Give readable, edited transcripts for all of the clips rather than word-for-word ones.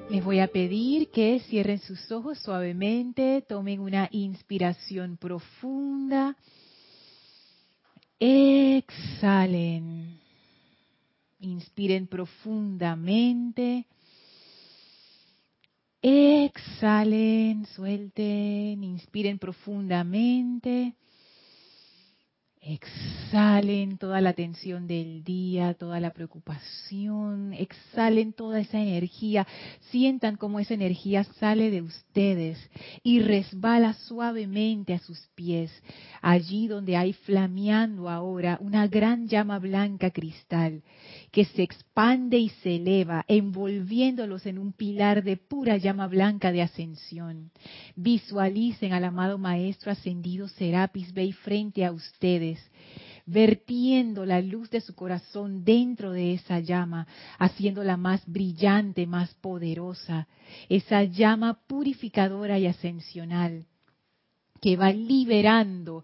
Les voy a pedir que cierren sus ojos suavemente, tomen una inspiración profunda, exhalen, inspiren profundamente, exhalen, suelten, inspiren profundamente. Exhalen toda la tensión del día, toda la preocupación, exhalen toda esa energía, sientan cómo esa energía sale de ustedes y resbala suavemente a sus pies, allí donde hay flameando ahora una gran llama blanca cristal que se expande y se eleva, envolviéndolos en un pilar de pura llama blanca de ascensión. Visualicen al amado Maestro Ascendido Serapis Bey frente a ustedes, vertiendo la luz de su corazón dentro de esa llama, haciéndola más brillante, más poderosa, esa llama purificadora y ascensional que va liberando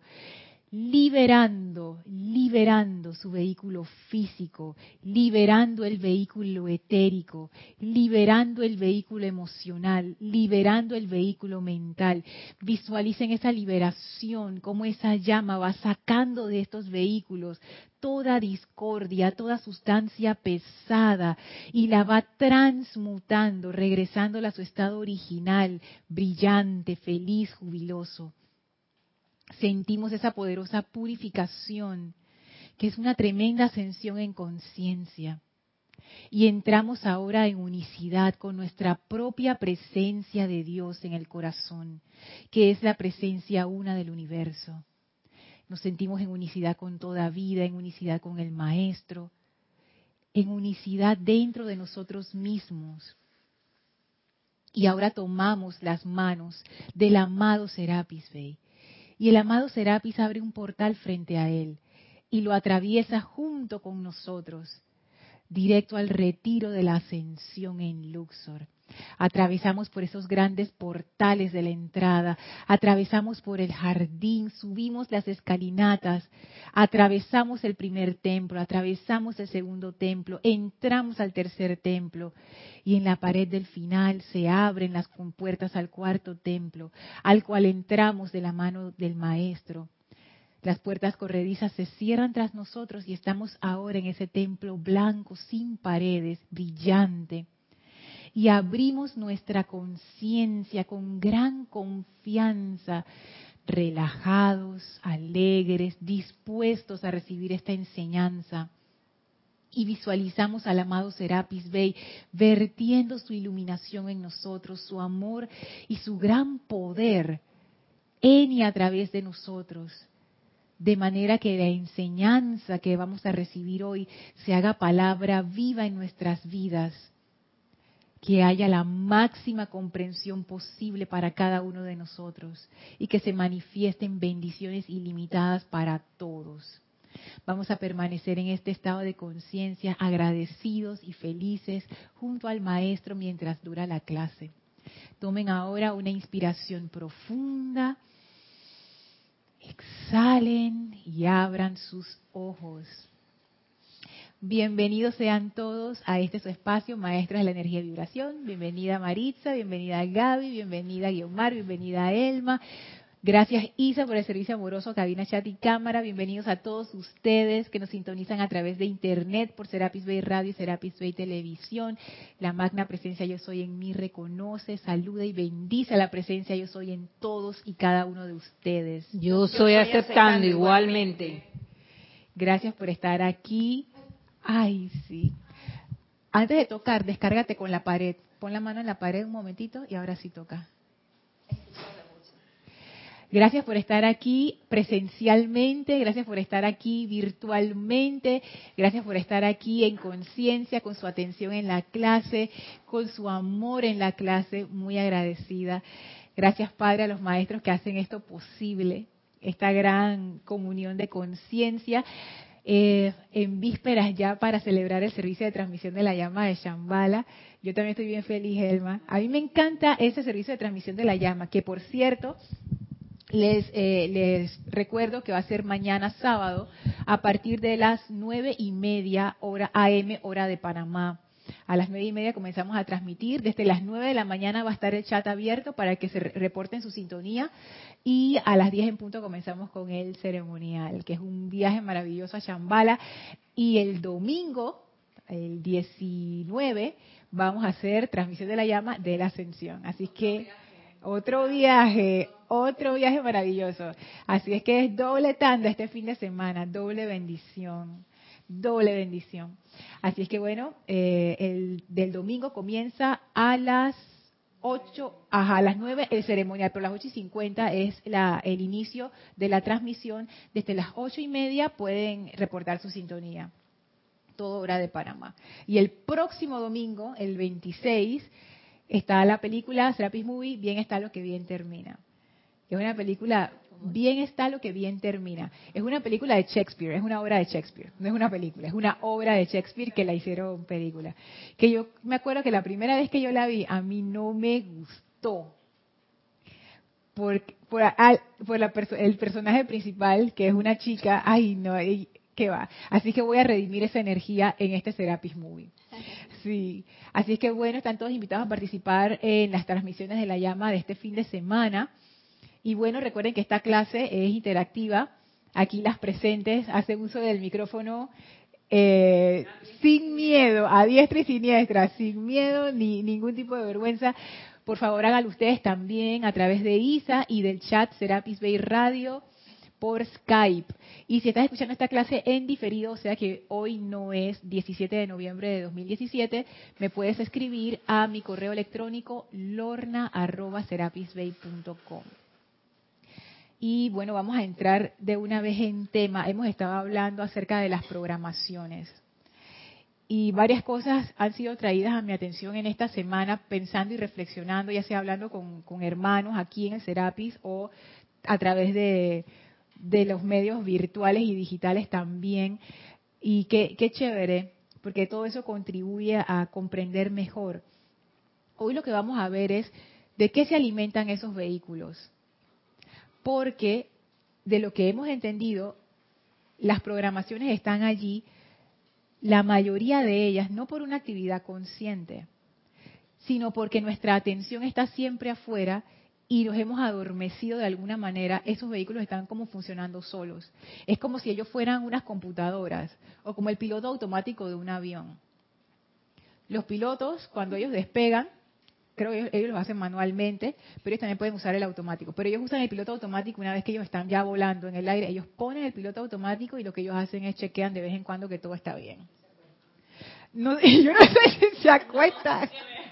su vehículo físico, liberando el vehículo etérico, liberando el vehículo emocional, liberando el vehículo mental. Visualicen esa liberación, cómo esa llama va sacando de estos vehículos toda discordia, toda sustancia pesada y la va transmutando, regresándola a su estado original, brillante, feliz, jubiloso. Sentimos esa poderosa purificación, que es una tremenda ascensión en conciencia. Y entramos ahora en unicidad con nuestra propia presencia de Dios en el corazón, que es la presencia una del universo. Nos sentimos en unicidad con toda vida, en unicidad con el Maestro, en unicidad dentro de nosotros mismos. Y ahora tomamos las manos del amado Serapis Bey. Y el amado Serapis abre un portal frente a él y lo atraviesa junto con nosotros, directo al retiro de la ascensión en Luxor. Atravesamos por esos grandes portales de la entrada, atravesamos por el jardín, subimos las escalinatas, atravesamos el primer templo, atravesamos el segundo templo, entramos al tercer templo y en la pared del final se abren las compuertas al cuarto templo, al cual entramos de la mano del Maestro. Las puertas corredizas se cierran tras nosotros y estamos ahora en ese templo blanco, sin paredes, brillante. Y abrimos nuestra conciencia con gran confianza, relajados, alegres, dispuestos a recibir esta enseñanza. Y visualizamos al amado Serapis Bey vertiendo su iluminación en nosotros, su amor y su gran poder en y a través de nosotros. De manera que la enseñanza que vamos a recibir hoy se haga palabra viva en nuestras vidas. Que haya la máxima comprensión posible para cada uno de nosotros y que se manifiesten bendiciones ilimitadas para todos. Vamos a permanecer en este estado de conciencia agradecidos y felices junto al Maestro mientras dura la clase. Tomen ahora una inspiración profunda, exhalen y abran sus ojos. Bienvenidos sean todos a este su espacio, Maestros de la Energía y Vibración. Bienvenida Maritza, bienvenida Gaby, bienvenida Guiomar, bienvenida Elma. Gracias Isa por el servicio amoroso, cabina, chat y cámara. Bienvenidos a todos ustedes que nos sintonizan a través de internet por Serapis Bay Radio y Serapis Bay Televisión. La magna presencia Yo Soy en mí reconoce, saluda y bendice a la presencia Yo Soy en todos y cada uno de ustedes. Yo soy aceptando igualmente. Gracias por estar aquí. Ay, sí. Antes de tocar, descárgate con la pared. Pon la mano en la pared un momentito y ahora sí toca. Gracias por estar aquí presencialmente, gracias por estar aquí virtualmente, gracias por estar aquí en conciencia, con su atención en la clase, con su amor en la clase, muy agradecida. Gracias, Padre, a los maestros que hacen esto posible, esta gran comunión de conciencia. En vísperas ya para celebrar el servicio de transmisión de la llama de Shambhala. Yo también estoy bien feliz, Elma. A mí me encanta ese servicio de transmisión de la llama, que por cierto, les recuerdo que va a ser mañana sábado a partir de las 9:30 hora AM, hora de Panamá. A las 9:30 comenzamos a transmitir. Desde las 9 de la mañana va a estar el chat abierto para que se reporten su sintonía. Y a las 10 en punto comenzamos con el ceremonial, que es un viaje maravilloso a Shambhala. Y el domingo, el 19, vamos a hacer transmisión de la llama de la ascensión. Así que otro viaje maravilloso. Así es que es doble tanda este fin de semana, doble bendición. Así es que bueno, el del domingo comienza a las 8, a las 9 el ceremonial, pero a las 8:50 es el inicio de la transmisión. Desde las 8:30 pueden reportar su sintonía. Todo hora de Panamá. Y el próximo domingo, el 26, está la película Serapis Movie, Bien está lo que bien termina. Es una película, Bien está lo que bien termina. Es una película de Shakespeare, es una obra de Shakespeare. No es una película, es una obra de Shakespeare que la hicieron película. Que yo me acuerdo que la primera vez que yo la vi, a mí no me gustó. Por el personaje principal, que es una chica, ay no, ¿qué va? Así que voy a redimir esa energía en este Serapis Movie. Sí, así es que bueno, están todos invitados a participar en las transmisiones de la llama de este fin de semana. Y bueno, recuerden que esta clase es interactiva. Aquí las presentes hacen uso del micrófono sin miedo, a diestra y siniestra, sin miedo ni ningún tipo de vergüenza. Por favor, háganlo ustedes también a través de ISA y del chat Serapis Bay Radio por Skype. Y si estás escuchando esta clase en diferido, o sea que hoy no es 17 de noviembre de 2017, me puedes escribir a mi correo electrónico lorna@serapisbay.com. Y bueno, vamos a entrar de una vez en tema. Hemos estado hablando acerca de las programaciones. Y varias cosas han sido traídas a mi atención en esta semana, pensando y reflexionando, ya sea hablando con hermanos aquí en el Serapis o a través de los medios virtuales y digitales también. Y qué chévere, porque todo eso contribuye a comprender mejor. Hoy lo que vamos a ver es de qué se alimentan esos vehículos. Porque de lo que hemos entendido, las programaciones están allí, la mayoría de ellas no por una actividad consciente, sino porque nuestra atención está siempre afuera y los hemos adormecido de alguna manera. Esos vehículos están como funcionando solos. Es como si ellos fueran unas computadoras o como el piloto automático de un avión. Los pilotos, cuando ellos despegan, creo que ellos lo hacen manualmente, pero ellos también pueden usar el automático. Pero ellos usan el piloto automático una vez que ellos están ya volando en el aire. Ellos ponen el piloto automático y lo que ellos hacen es chequean de vez en cuando que todo está bien. No, yo no sé si se acuestan.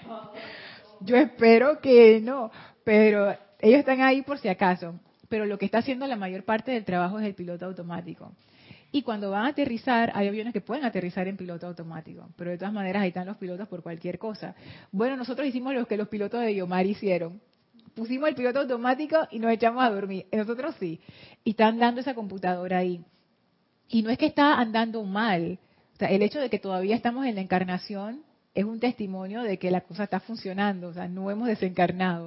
Yo espero que no, pero ellos están ahí por si acaso. Pero lo que está haciendo la mayor parte del trabajo es el piloto automático. Y cuando van a aterrizar, hay aviones que pueden aterrizar en piloto automático, pero de todas maneras ahí están los pilotos por cualquier cosa. Bueno, nosotros hicimos lo que los pilotos de Yomar hicieron. Pusimos el piloto automático y nos echamos a dormir. Nosotros sí. Y están dando esa computadora ahí. Y no es que está andando mal. O sea, el hecho de que todavía estamos en la encarnación es un testimonio de que la cosa está funcionando. O sea, no hemos desencarnado.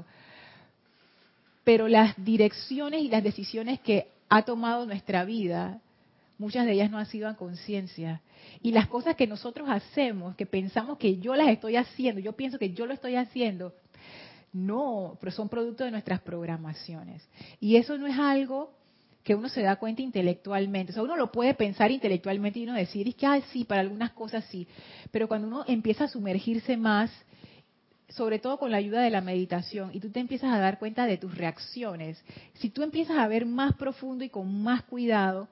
Pero las direcciones y las decisiones que ha tomado nuestra vida, muchas de ellas no han sido a conciencia. Y las cosas que nosotros hacemos, que pensamos que yo las estoy haciendo, yo pienso que yo lo estoy haciendo, no, pero son producto de nuestras programaciones. Y eso no es algo que uno se da cuenta intelectualmente. O sea, uno lo puede pensar intelectualmente y uno decir, es que, sí, para algunas cosas sí. Pero cuando uno empieza a sumergirse más, sobre todo con la ayuda de la meditación, y tú te empiezas a dar cuenta de tus reacciones, si tú empiezas a ver más profundo y con más cuidado,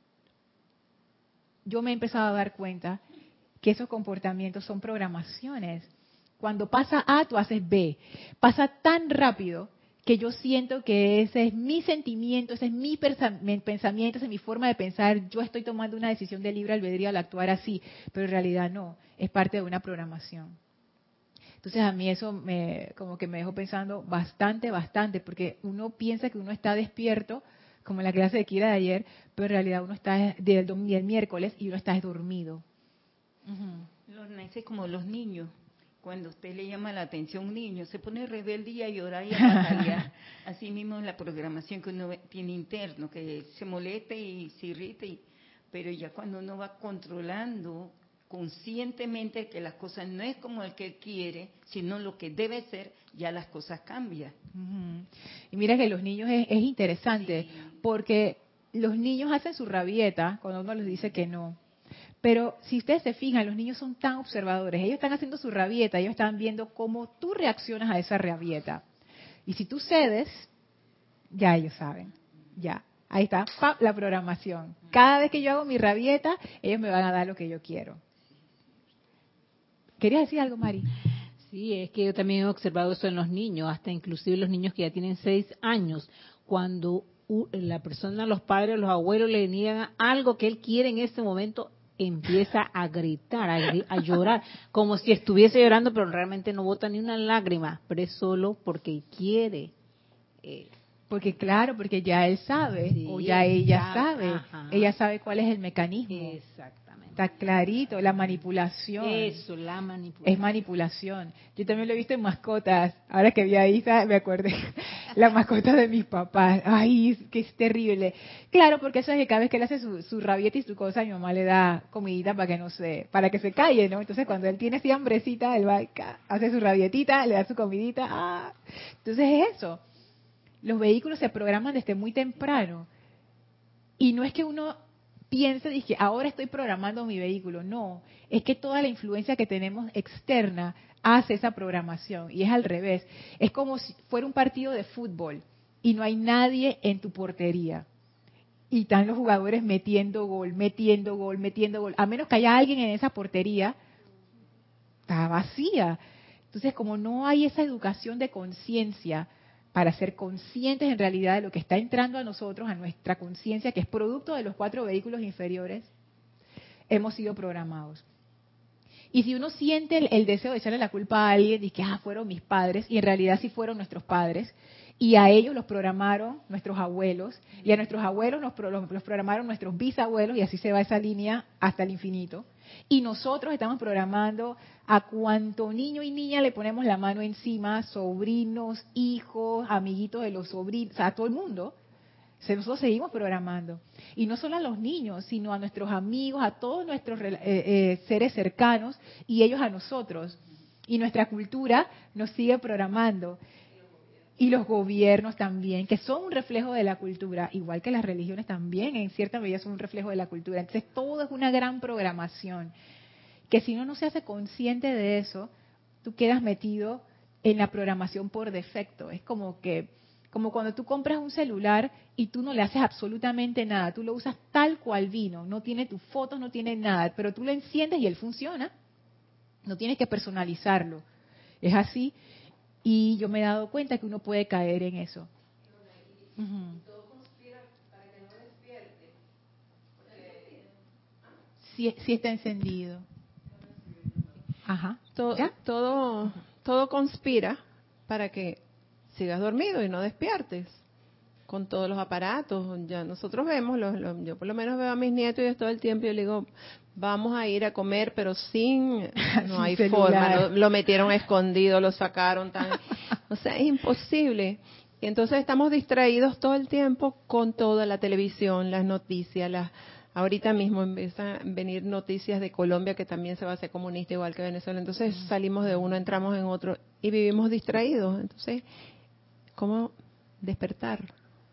yo me he empezado a dar cuenta que esos comportamientos son programaciones. Cuando pasa A, tú haces B. Pasa tan rápido que yo siento que ese es mi sentimiento, ese es mi pensamiento, esa es mi forma de pensar. Yo estoy tomando una decisión de libre albedrío al actuar así, pero en realidad no, es parte de una programación. Entonces a mí eso como que me dejó pensando bastante, porque uno piensa que uno está despierto, como en la clase de Kira de ayer, pero en realidad uno está del miércoles y uno está dormido. Lorna, ese es como los niños. Cuando usted le llama la atención a un niño, se pone rebelde y a llorar y a patalear. Así mismo es la programación que uno tiene interno, que se molesta y se irrita, pero ya cuando uno va controlando conscientemente que las cosas no es como el que quiere, sino lo que debe ser, ya las cosas cambian. Y mira que los niños es interesante, sí, porque los niños hacen su rabieta cuando uno les dice que no. Pero si ustedes se fijan, los niños son tan observadores. Ellos están haciendo su rabieta, ellos están viendo cómo tú reaccionas a esa rabieta. Y si tú cedes, ya ellos saben. Ya. Ahí está, ¡pap!, la programación. Cada vez que yo hago mi rabieta, ellos me van a dar lo que yo quiero. ¿Querías decir algo, Mari? Sí, es que yo también he observado eso en los niños, hasta inclusive los niños que ya tienen 6 años. Cuando la persona, los padres, los abuelos le niegan algo que él quiere en ese momento, empieza a gritar, a llorar, como si estuviese llorando, pero realmente no bota ni una lágrima, pero es solo porque quiere. Porque claro, porque ya él sabe, sí, o ya ella sabe. Ajá. Ella sabe cuál es el mecanismo. Exactamente. Está clarito, la manipulación. Eso, la manipulación. Es manipulación. Yo también lo he visto en mascotas. Ahora que vi a Isa, me acordé. La mascota de mis papás. Ay, que es terrible. Claro, porque eso es que cada vez que él hace su rabieta y su cosa, mi mamá le da comidita para que se calle, ¿no? Entonces cuando él tiene así hambrecita, él va, hace su rabietita, le da su comidita. ¡Ah! Entonces es eso. Los vehículos se programan desde muy temprano. Y no es que uno piense, dije, ahora estoy programando mi vehículo. No, es que toda la influencia que tenemos externa hace esa programación. Y es al revés. Es como si fuera un partido de fútbol y no hay nadie en tu portería. Y están los jugadores metiendo gol, metiendo gol, metiendo gol. A menos que haya alguien en esa portería, está vacía. Entonces, como no hay esa educación de conciencia para ser conscientes en realidad de lo que está entrando a nosotros, a nuestra conciencia, que es producto de los 4 vehículos inferiores, hemos sido programados. Y si uno siente el deseo de echarle la culpa a alguien, y que fueron mis padres, y en realidad sí fueron nuestros padres, y a ellos los programaron nuestros abuelos, y a nuestros abuelos los programaron nuestros bisabuelos, y así se va esa línea hasta el infinito. Y nosotros estamos programando a cuanto niño y niña le ponemos la mano encima, sobrinos, hijos, amiguitos de los sobrinos, o sea, a todo el mundo. Nosotros seguimos programando. Y no solo a los niños, sino a nuestros amigos, a todos nuestros seres cercanos y ellos a nosotros. Y nuestra cultura nos sigue programando. Y los gobiernos también, que son un reflejo de la cultura, igual que las religiones también, en cierta medida son un reflejo de la cultura. Entonces todo es una gran programación, que si uno no se hace consciente de eso, tú quedas metido en la programación por defecto. Es como cuando tú compras un celular y tú no le haces absolutamente nada, tú lo usas tal cual vino, no tiene tus fotos, no tiene nada, pero tú lo enciendes y él funciona. No tienes que personalizarlo. Es así. Y yo me he dado cuenta que uno puede caer en eso. Y todo conspira para que no despierte. Sí está encendido. Ajá. Todo conspira para que sigas dormido y no despiertes. Con todos los aparatos. Ya nosotros vemos, yo por lo menos veo a mis nietos y todo el tiempo y yo le digo, vamos a ir a comer, pero no hay forma, lo metieron escondido, lo sacaron, o sea, es imposible. Y entonces estamos distraídos todo el tiempo con toda la televisión, las noticias, ahorita mismo empiezan a venir noticias de Colombia que también se va a hacer comunista igual que Venezuela, entonces salimos de uno, entramos en otro y vivimos distraídos. Entonces, ¿cómo despertar?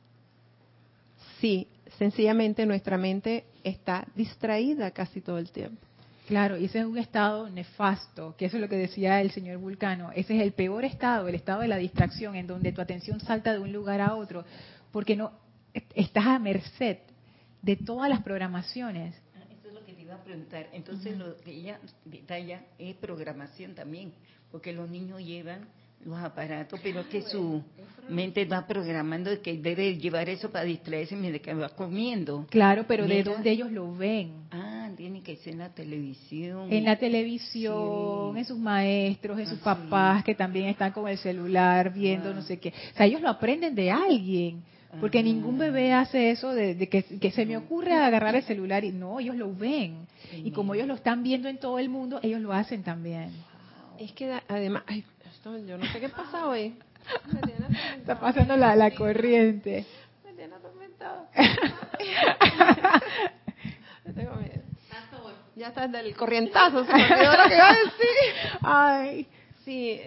Sí, sencillamente nuestra mente está distraída casi todo el tiempo. Claro, y ese es un estado nefasto, que eso es lo que decía el señor Vulcano. Ese es el peor estado, el estado de la distracción, en donde tu atención salta de un lugar a otro, porque no estás a merced de todas las programaciones. Eso es lo que te iba a preguntar. Entonces, lo que ella detalla es programación también, porque los niños llevan los aparatos, pero que su mente va programando de que debe llevar eso para distraerse mientras que va comiendo. Claro, pero ¿de dónde ellos lo ven? Tiene que ser en la televisión. En la televisión, sí. En sus maestros, en sus papás que también están con el celular viendo no sé qué. O sea, ellos lo aprenden de alguien. Porque ningún bebé hace eso de que se me ocurre agarrar el celular y no, ellos lo ven. Sí, y como ellos lo están viendo en todo el mundo, ellos lo hacen también. Es que además, yo no sé qué pasa hoy. Está pasando la corriente. Me tiene atormentado. Tengo miedo. Ya está del corrientazo, se me olvidó lo que iba a decir. Ay. Sí,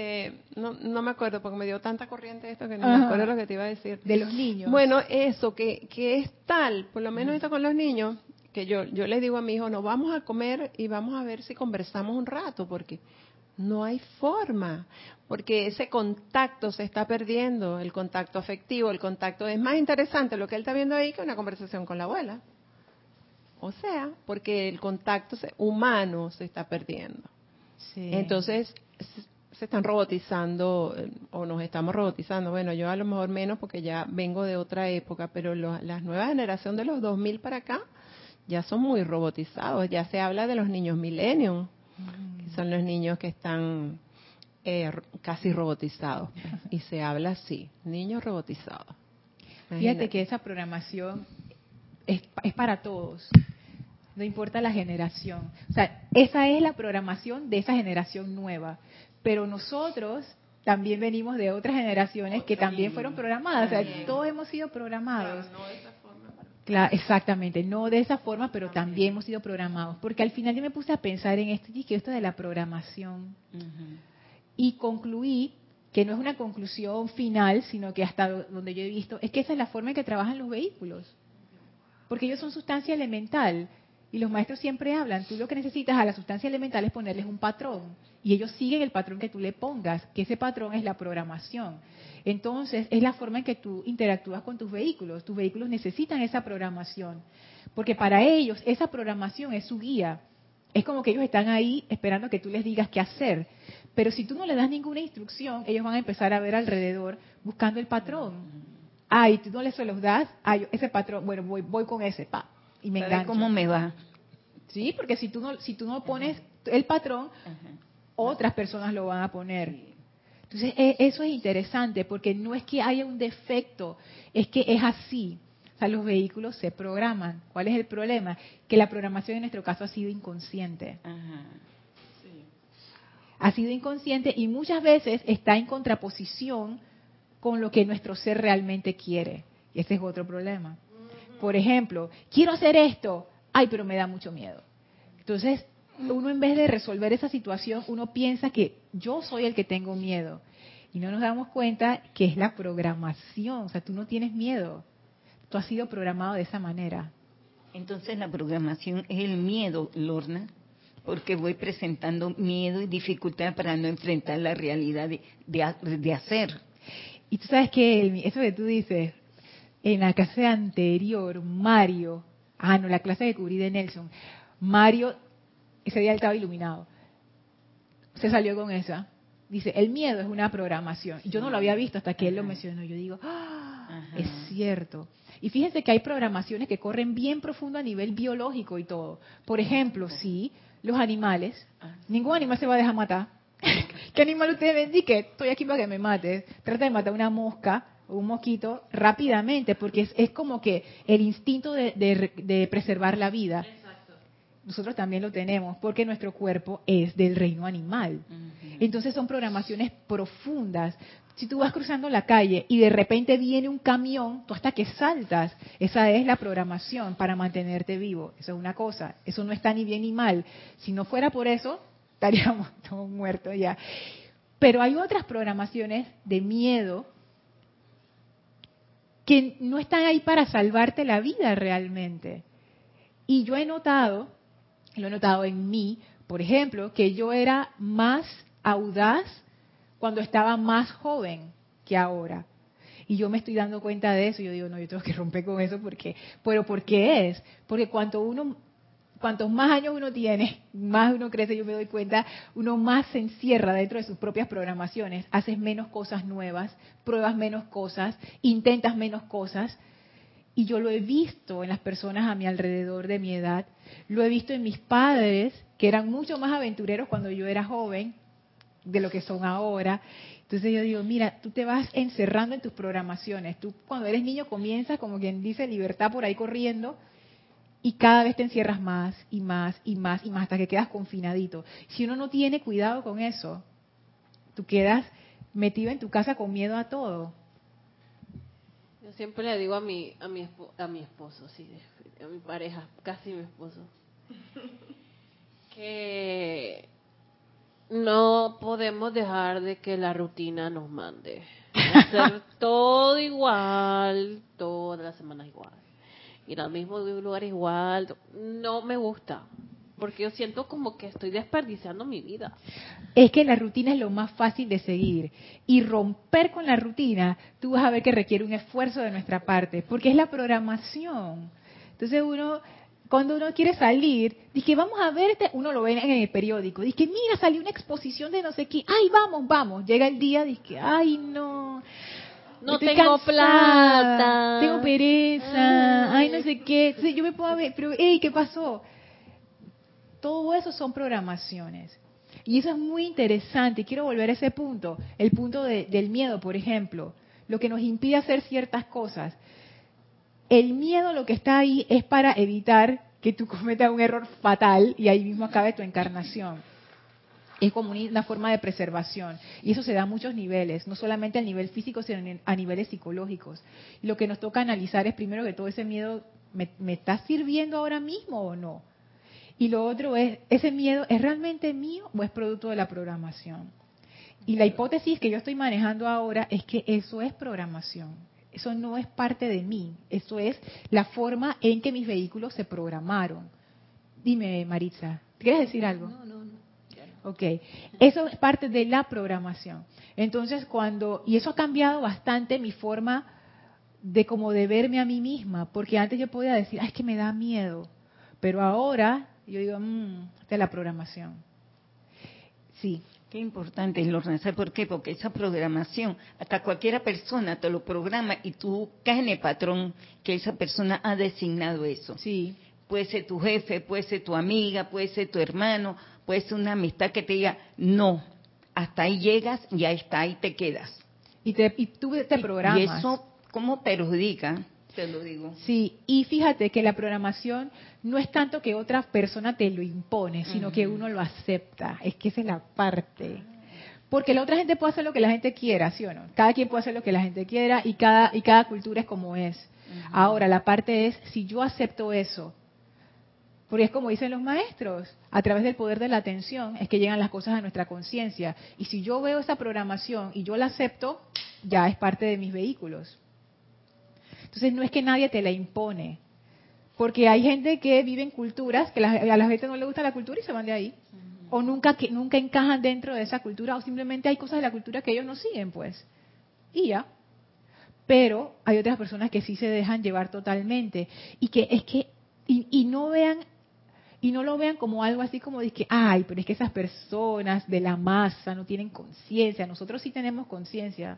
no me acuerdo porque me dio tanta corriente esto que no me acuerdo lo que te iba a decir. De los niños. Bueno, eso, que es tal, por lo menos esto con los niños, que yo les digo a mi hijo, nos vamos a comer y vamos a ver si conversamos un rato, porque no hay forma, porque ese contacto se está perdiendo, el contacto afectivo, el contacto es más interesante lo que él está viendo ahí que una conversación con la abuela. O sea, porque el contacto humano se está perdiendo. Sí. Entonces, se están robotizando, o nos estamos robotizando. Bueno, yo a lo mejor menos porque ya vengo de otra época, pero la nueva generación de los 2000 para acá ya son muy robotizados. Ya se habla de los niños millennium, que son los niños que están casi robotizados. Y se habla así, niños robotizados. Fíjate Imagínate. que esa programación es para todos, no importa la generación. O sea, esa es la programación de esa generación nueva. Pero nosotros también venimos de otras generaciones que también fueron programadas. O sea, todos hemos sido programados. Claro, exactamente, no de esa forma, pero también hemos sido programados. Porque al final yo me puse a pensar en esto y que esto de la programación. Y concluí que no es una conclusión final, sino que hasta donde yo he visto, es que esa es la forma en que trabajan los vehículos. Porque ellos son sustancia elemental. Y los maestros siempre hablan, tú lo que necesitas a la sustancia elemental es ponerles un patrón. Y ellos siguen el patrón que tú le pongas, que ese patrón es la programación. Entonces, es la forma en que tú interactúas con tus vehículos. Tus vehículos necesitan esa programación. Porque para ellos, esa programación es su guía. Es como que ellos están ahí esperando que tú les digas qué hacer. Pero si tú no le das ninguna instrucción, ellos van a empezar a ver alrededor buscando el patrón. Y tú no les se los das, ese patrón, bueno, voy con ese, y me engancho. ¿Cómo me va? Sí, porque si tú no pones el patrón, otras personas lo van a poner. Entonces, eso es interesante, porque no es que haya un defecto, es que es así. O sea, los vehículos se programan. ¿Cuál es el problema? Que la programación en nuestro caso ha sido inconsciente. Ha sido inconsciente y muchas veces está en contraposición con lo que nuestro ser realmente quiere. Y ese es otro problema. Por ejemplo, quiero hacer esto, pero me da mucho miedo. Entonces, uno en vez de resolver esa situación, uno piensa que yo soy el que tengo miedo. Y no nos damos cuenta que es la programación. O sea, tú no tienes miedo. Tú has sido programado de esa manera. Entonces la programación es el miedo, Lorna, porque voy presentando miedo y dificultad para no enfrentar la realidad de hacer. Y tú sabes que eso que tú dices, en la clase anterior, Mario, la clase que cubrí de Nelson, Mario, ese día él estaba iluminado, se salió con esa. Dice, el miedo es una programación. Y yo no lo había visto hasta que él lo mencionó. Yo digo, es cierto. Y fíjense que hay programaciones que corren bien profundo a nivel biológico y todo. Por ejemplo, sí, los animales, ningún animal se va a dejar matar. ¿Qué animal ustedes ven? Di que estoy aquí para que me mates. Trata de matar una mosca o un mosquito rápidamente, porque es como que el instinto de preservar la vida. Nosotros también lo tenemos, porque nuestro cuerpo es del reino animal. Entonces son programaciones profundas. Si tú vas cruzando la calle y de repente viene un camión, tú hasta que saltas. Esa es la programación para mantenerte vivo. Eso es una cosa. Eso no está ni bien ni mal. Si no fuera por eso, estaríamos todos muertos ya. Pero hay otras programaciones de miedo que no están ahí para salvarte la vida realmente. Y yo lo he notado en mí, por ejemplo, que yo era más audaz cuando estaba más joven que ahora. Y yo me estoy dando cuenta de eso. Yo digo, no, yo tengo que romper con eso pero ¿por qué es? Porque cuantos más años uno tiene, más uno crece, yo me doy cuenta, uno más se encierra dentro de sus propias programaciones, haces menos cosas nuevas, pruebas menos cosas, intentas menos cosas. Y yo lo he visto en las personas a mi alrededor de mi edad, lo he visto en mis padres, que eran mucho más aventureros cuando yo era joven, de lo que son ahora. Entonces yo digo, mira, tú te vas encerrando en tus programaciones. Tú cuando eres niño comienzas, como quien dice, libertad por ahí corriendo, y cada vez te encierras más y más y más y más hasta que quedas confinadito. Si uno no tiene cuidado con eso, tú quedas metido en tu casa con miedo a todo. Yo siempre le digo a mi esposo, sí, a mi pareja, casi mi esposo. Que no podemos dejar de que la rutina nos mande. Hacer todo igual, todas las semanas igual. Ir al mismo lugar igual. No me gusta. Porque yo siento como que estoy desperdiciando mi vida. Es que la rutina es lo más fácil de seguir. Y romper con la rutina, tú vas a ver que requiere un esfuerzo de nuestra parte. Porque es la programación. Entonces cuando uno quiere salir, dice, vamos a ver, uno lo ve en el periódico, dice, mira, salió una exposición de no sé qué, ay, vamos. Llega el día, dice, ay, no estoy tengo cansada, plata, tengo pereza, ay, no sé qué. Entonces yo me pongo a ver, pero, hey, ¿qué pasó? Todo eso son programaciones. Y eso es muy interesante. Quiero volver a ese punto, el punto del miedo, por ejemplo, lo que nos impide hacer ciertas cosas. El miedo, lo que está ahí, es para evitar que tú cometas un error fatal y ahí mismo acabe tu encarnación. Es como una forma de preservación. Y eso se da a muchos niveles, no solamente a nivel físico, sino a niveles psicológicos. Y lo que nos toca analizar es primero que todo ese miedo, ¿me está sirviendo ahora mismo o no? Y lo otro es, ¿ese miedo es realmente mío o es producto de la programación? Y la hipótesis que yo estoy manejando ahora es que eso es programación. Eso no es parte de mí. Eso es la forma en que mis vehículos se programaron. Dime, Maritza, ¿quieres decir algo? No. Ok, eso es parte de la programación. Entonces, y eso ha cambiado bastante mi forma de verme a mí misma, porque antes yo podía decir, es que me da miedo, pero ahora yo digo, esta es la programación. Sí. Qué importante, Lorna, ¿sabes por qué? Porque esa programación, hasta cualquiera persona te lo programa y tú caes en el patrón que esa persona ha designado eso. Sí. Puede ser tu jefe, puede ser tu amiga, puede ser tu hermano, puede ser una amistad que te diga, no, hasta ahí llegas y ahí está, ahí te quedas. Y tú te programas. Y eso, ¿cómo perjudica? Te lo digo. Sí, y fíjate que la programación no es tanto que otra persona te lo impone, sino que uno lo acepta. Es que esa es la parte. Porque la otra gente puede hacer lo que la gente quiera, ¿sí o no? Cada quien puede hacer lo que la gente quiera y cada cultura es como es. Ahora, la parte es, si yo acepto eso, porque es como dicen los maestros, a través del poder de la atención es que llegan las cosas a nuestra conciencia. Y si yo veo esa programación y yo la acepto, ya es parte de mis vehículos. Entonces no es que nadie te la impone, porque hay gente que vive en culturas que a la gente no le gusta la cultura y se van de ahí, o nunca encajan dentro de esa cultura, o simplemente hay cosas de la cultura que ellos no siguen, pues, y ya. Pero hay otras personas que sí se dejan llevar totalmente y no lo vean como algo así como de que, ay, pero es que esas personas de la masa no tienen conciencia, nosotros sí tenemos conciencia.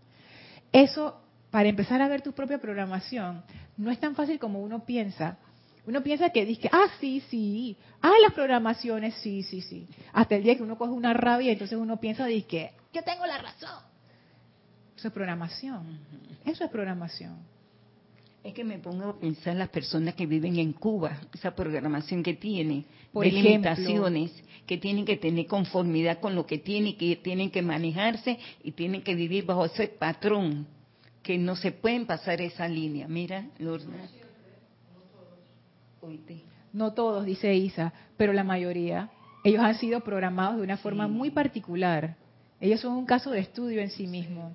Eso, para empezar a ver tu propia programación, no es tan fácil como uno piensa. Uno piensa que dice, sí, las programaciones, sí. Hasta el día que uno coge una rabia, entonces uno piensa, dice, yo tengo la razón. Eso es programación. Eso es programación. Es que me pongo a pensar las personas que viven en Cuba, esa programación que tiene, Por de ejemplo, limitaciones, que tienen que tener conformidad con lo que tienen, que tienen que manejarse y tienen que vivir bajo ese patrón, que no se pueden pasar esa línea. Mira, Lorna. No todos, dice Isa, pero la mayoría. Ellos han sido programados de una forma muy particular. Ellos son un caso de estudio en sí mismo.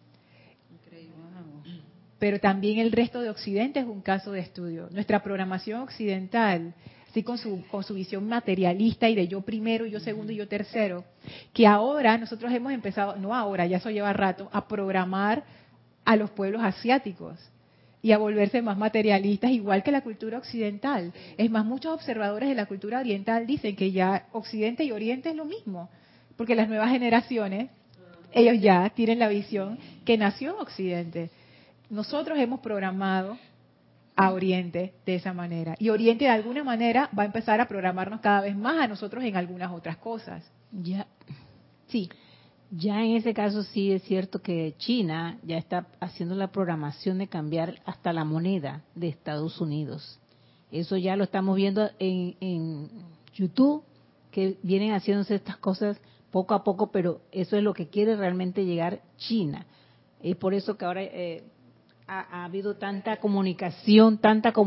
Pero también el resto de Occidente es un caso de estudio. Nuestra programación occidental, así con su visión materialista y de yo primero, yo segundo y yo tercero, que ahora nosotros hemos empezado, no ahora, ya eso lleva rato, a programar a los pueblos asiáticos y a volverse más materialistas, igual que la cultura occidental. Es más, muchos observadores de la cultura oriental dicen que ya Occidente y Oriente es lo mismo, porque las nuevas generaciones, ellos ya tienen la visión que nació en Occidente. Nosotros hemos programado a Oriente de esa manera. Y Oriente de alguna manera va a empezar a programarnos cada vez más a nosotros en algunas otras cosas. Ya, Sí. ya en ese caso sí es cierto que China ya está haciendo la programación de cambiar hasta la moneda de Estados Unidos. Eso ya lo estamos viendo en YouTube, que vienen haciéndose estas cosas poco a poco, pero eso es lo que quiere realmente llegar China. Es por eso que ahora ha habido tanta comunicación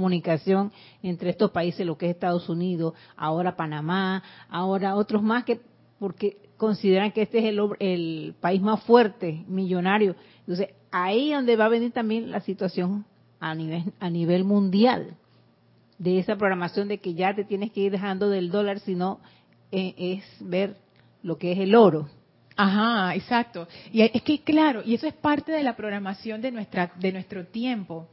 entre estos países, lo que es Estados Unidos, ahora Panamá, ahora otros más, que porque consideran que este es el país más fuerte, millonario. Entonces, ahí es donde va a venir también la situación a nivel mundial, de esa programación de que ya te tienes que ir dejando del dólar, sino es ver lo que es el oro. Ajá, exacto. Y es que claro, y eso es parte de la programación de nuestro tiempo.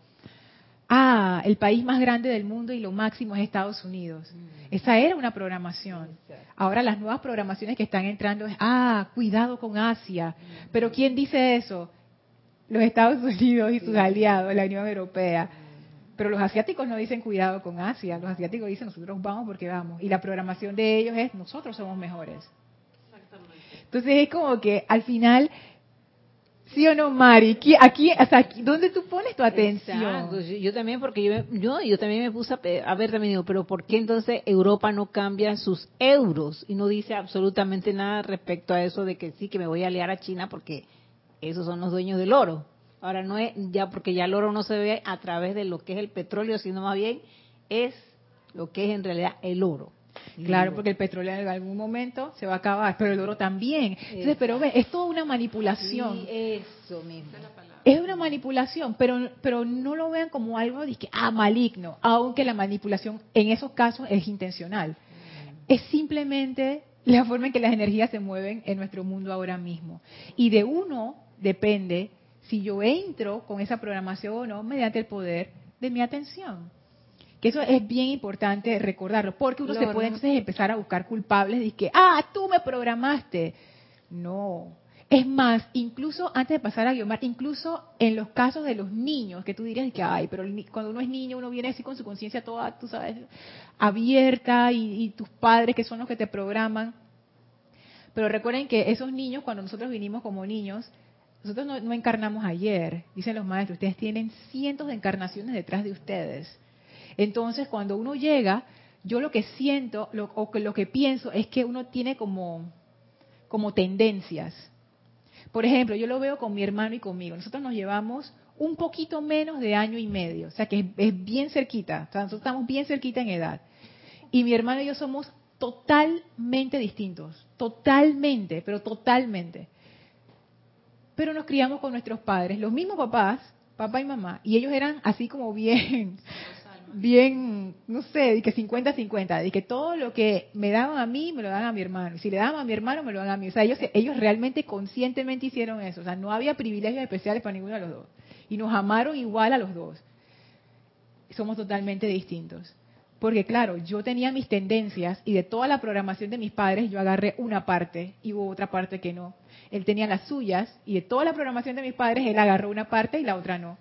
Ah, el país más grande del mundo y lo máximo es Estados Unidos. Esa era una programación. Ahora las nuevas programaciones que están entrando es, cuidado con Asia. Pero ¿quién dice eso? Los Estados Unidos y sus aliados, la Unión Europea. Pero los asiáticos no dicen cuidado con Asia. Los asiáticos dicen nosotros vamos porque vamos. Y la programación de ellos es nosotros somos mejores. Entonces es como que al final, ¿sí o no, Mari? Aquí, ¿dónde tú pones tu atención? Exacto. Yo también, porque yo también me puse a ver también, digo, pero ¿por qué entonces Europa no cambia sus euros y no dice absolutamente nada respecto a eso de que sí, que me voy a aliar a China porque esos son los dueños del oro? Ahora no es ya, porque ya el oro no se ve a través de lo que es el petróleo, sino más bien es lo que es en realidad el oro. Claro, porque el petróleo en algún momento se va a acabar, pero el oro también. Entonces, pero ve, es toda una manipulación. Sí, eso mismo. Es una manipulación, pero no lo vean como algo de que, maligno, aunque la manipulación en esos casos es intencional. Es simplemente la forma en que las energías se mueven en nuestro mundo ahora mismo. Y de uno depende si yo entro con esa programación o no mediante el poder de mi atención. Que eso es bien importante recordarlo, porque uno se puede entonces empezar a buscar culpables de que, tú me programaste. No. Es más, incluso antes de pasar a Guiomar, incluso en los casos de los niños, que tú dirías que, pero cuando uno es niño, uno viene así con su conciencia toda, tú sabes, abierta, y tus padres que son los que te programan. Pero recuerden que esos niños, cuando nosotros vinimos como niños, nosotros no encarnamos ayer, dicen los maestros, ustedes tienen cientos de encarnaciones detrás de ustedes. Entonces, cuando uno llega, yo lo que siento, lo que pienso es que uno tiene como tendencias. Por ejemplo, yo lo veo con mi hermano y conmigo. Nosotros nos llevamos un poquito menos de año y medio, o sea que es bien cerquita. O sea, nosotros estamos bien cerquita en edad. Y mi hermano y yo somos totalmente distintos, totalmente, pero totalmente. Pero nos criamos con nuestros padres, los mismos papás, papá y mamá, y ellos eran así como bien, no sé, de que 50-50, de que todo lo que me daban a mí, me lo daban a mi hermano, y si le daban a mi hermano, me lo daban a mí. O sea, ellos realmente conscientemente hicieron eso, o sea, no había privilegios especiales para ninguno de los dos, y nos amaron igual a los dos. Somos totalmente distintos. Porque claro, yo tenía mis tendencias y de toda la programación de mis padres yo agarré una parte y hubo otra parte que no. Él tenía las suyas y de toda la programación de mis padres él agarró una parte y la otra no.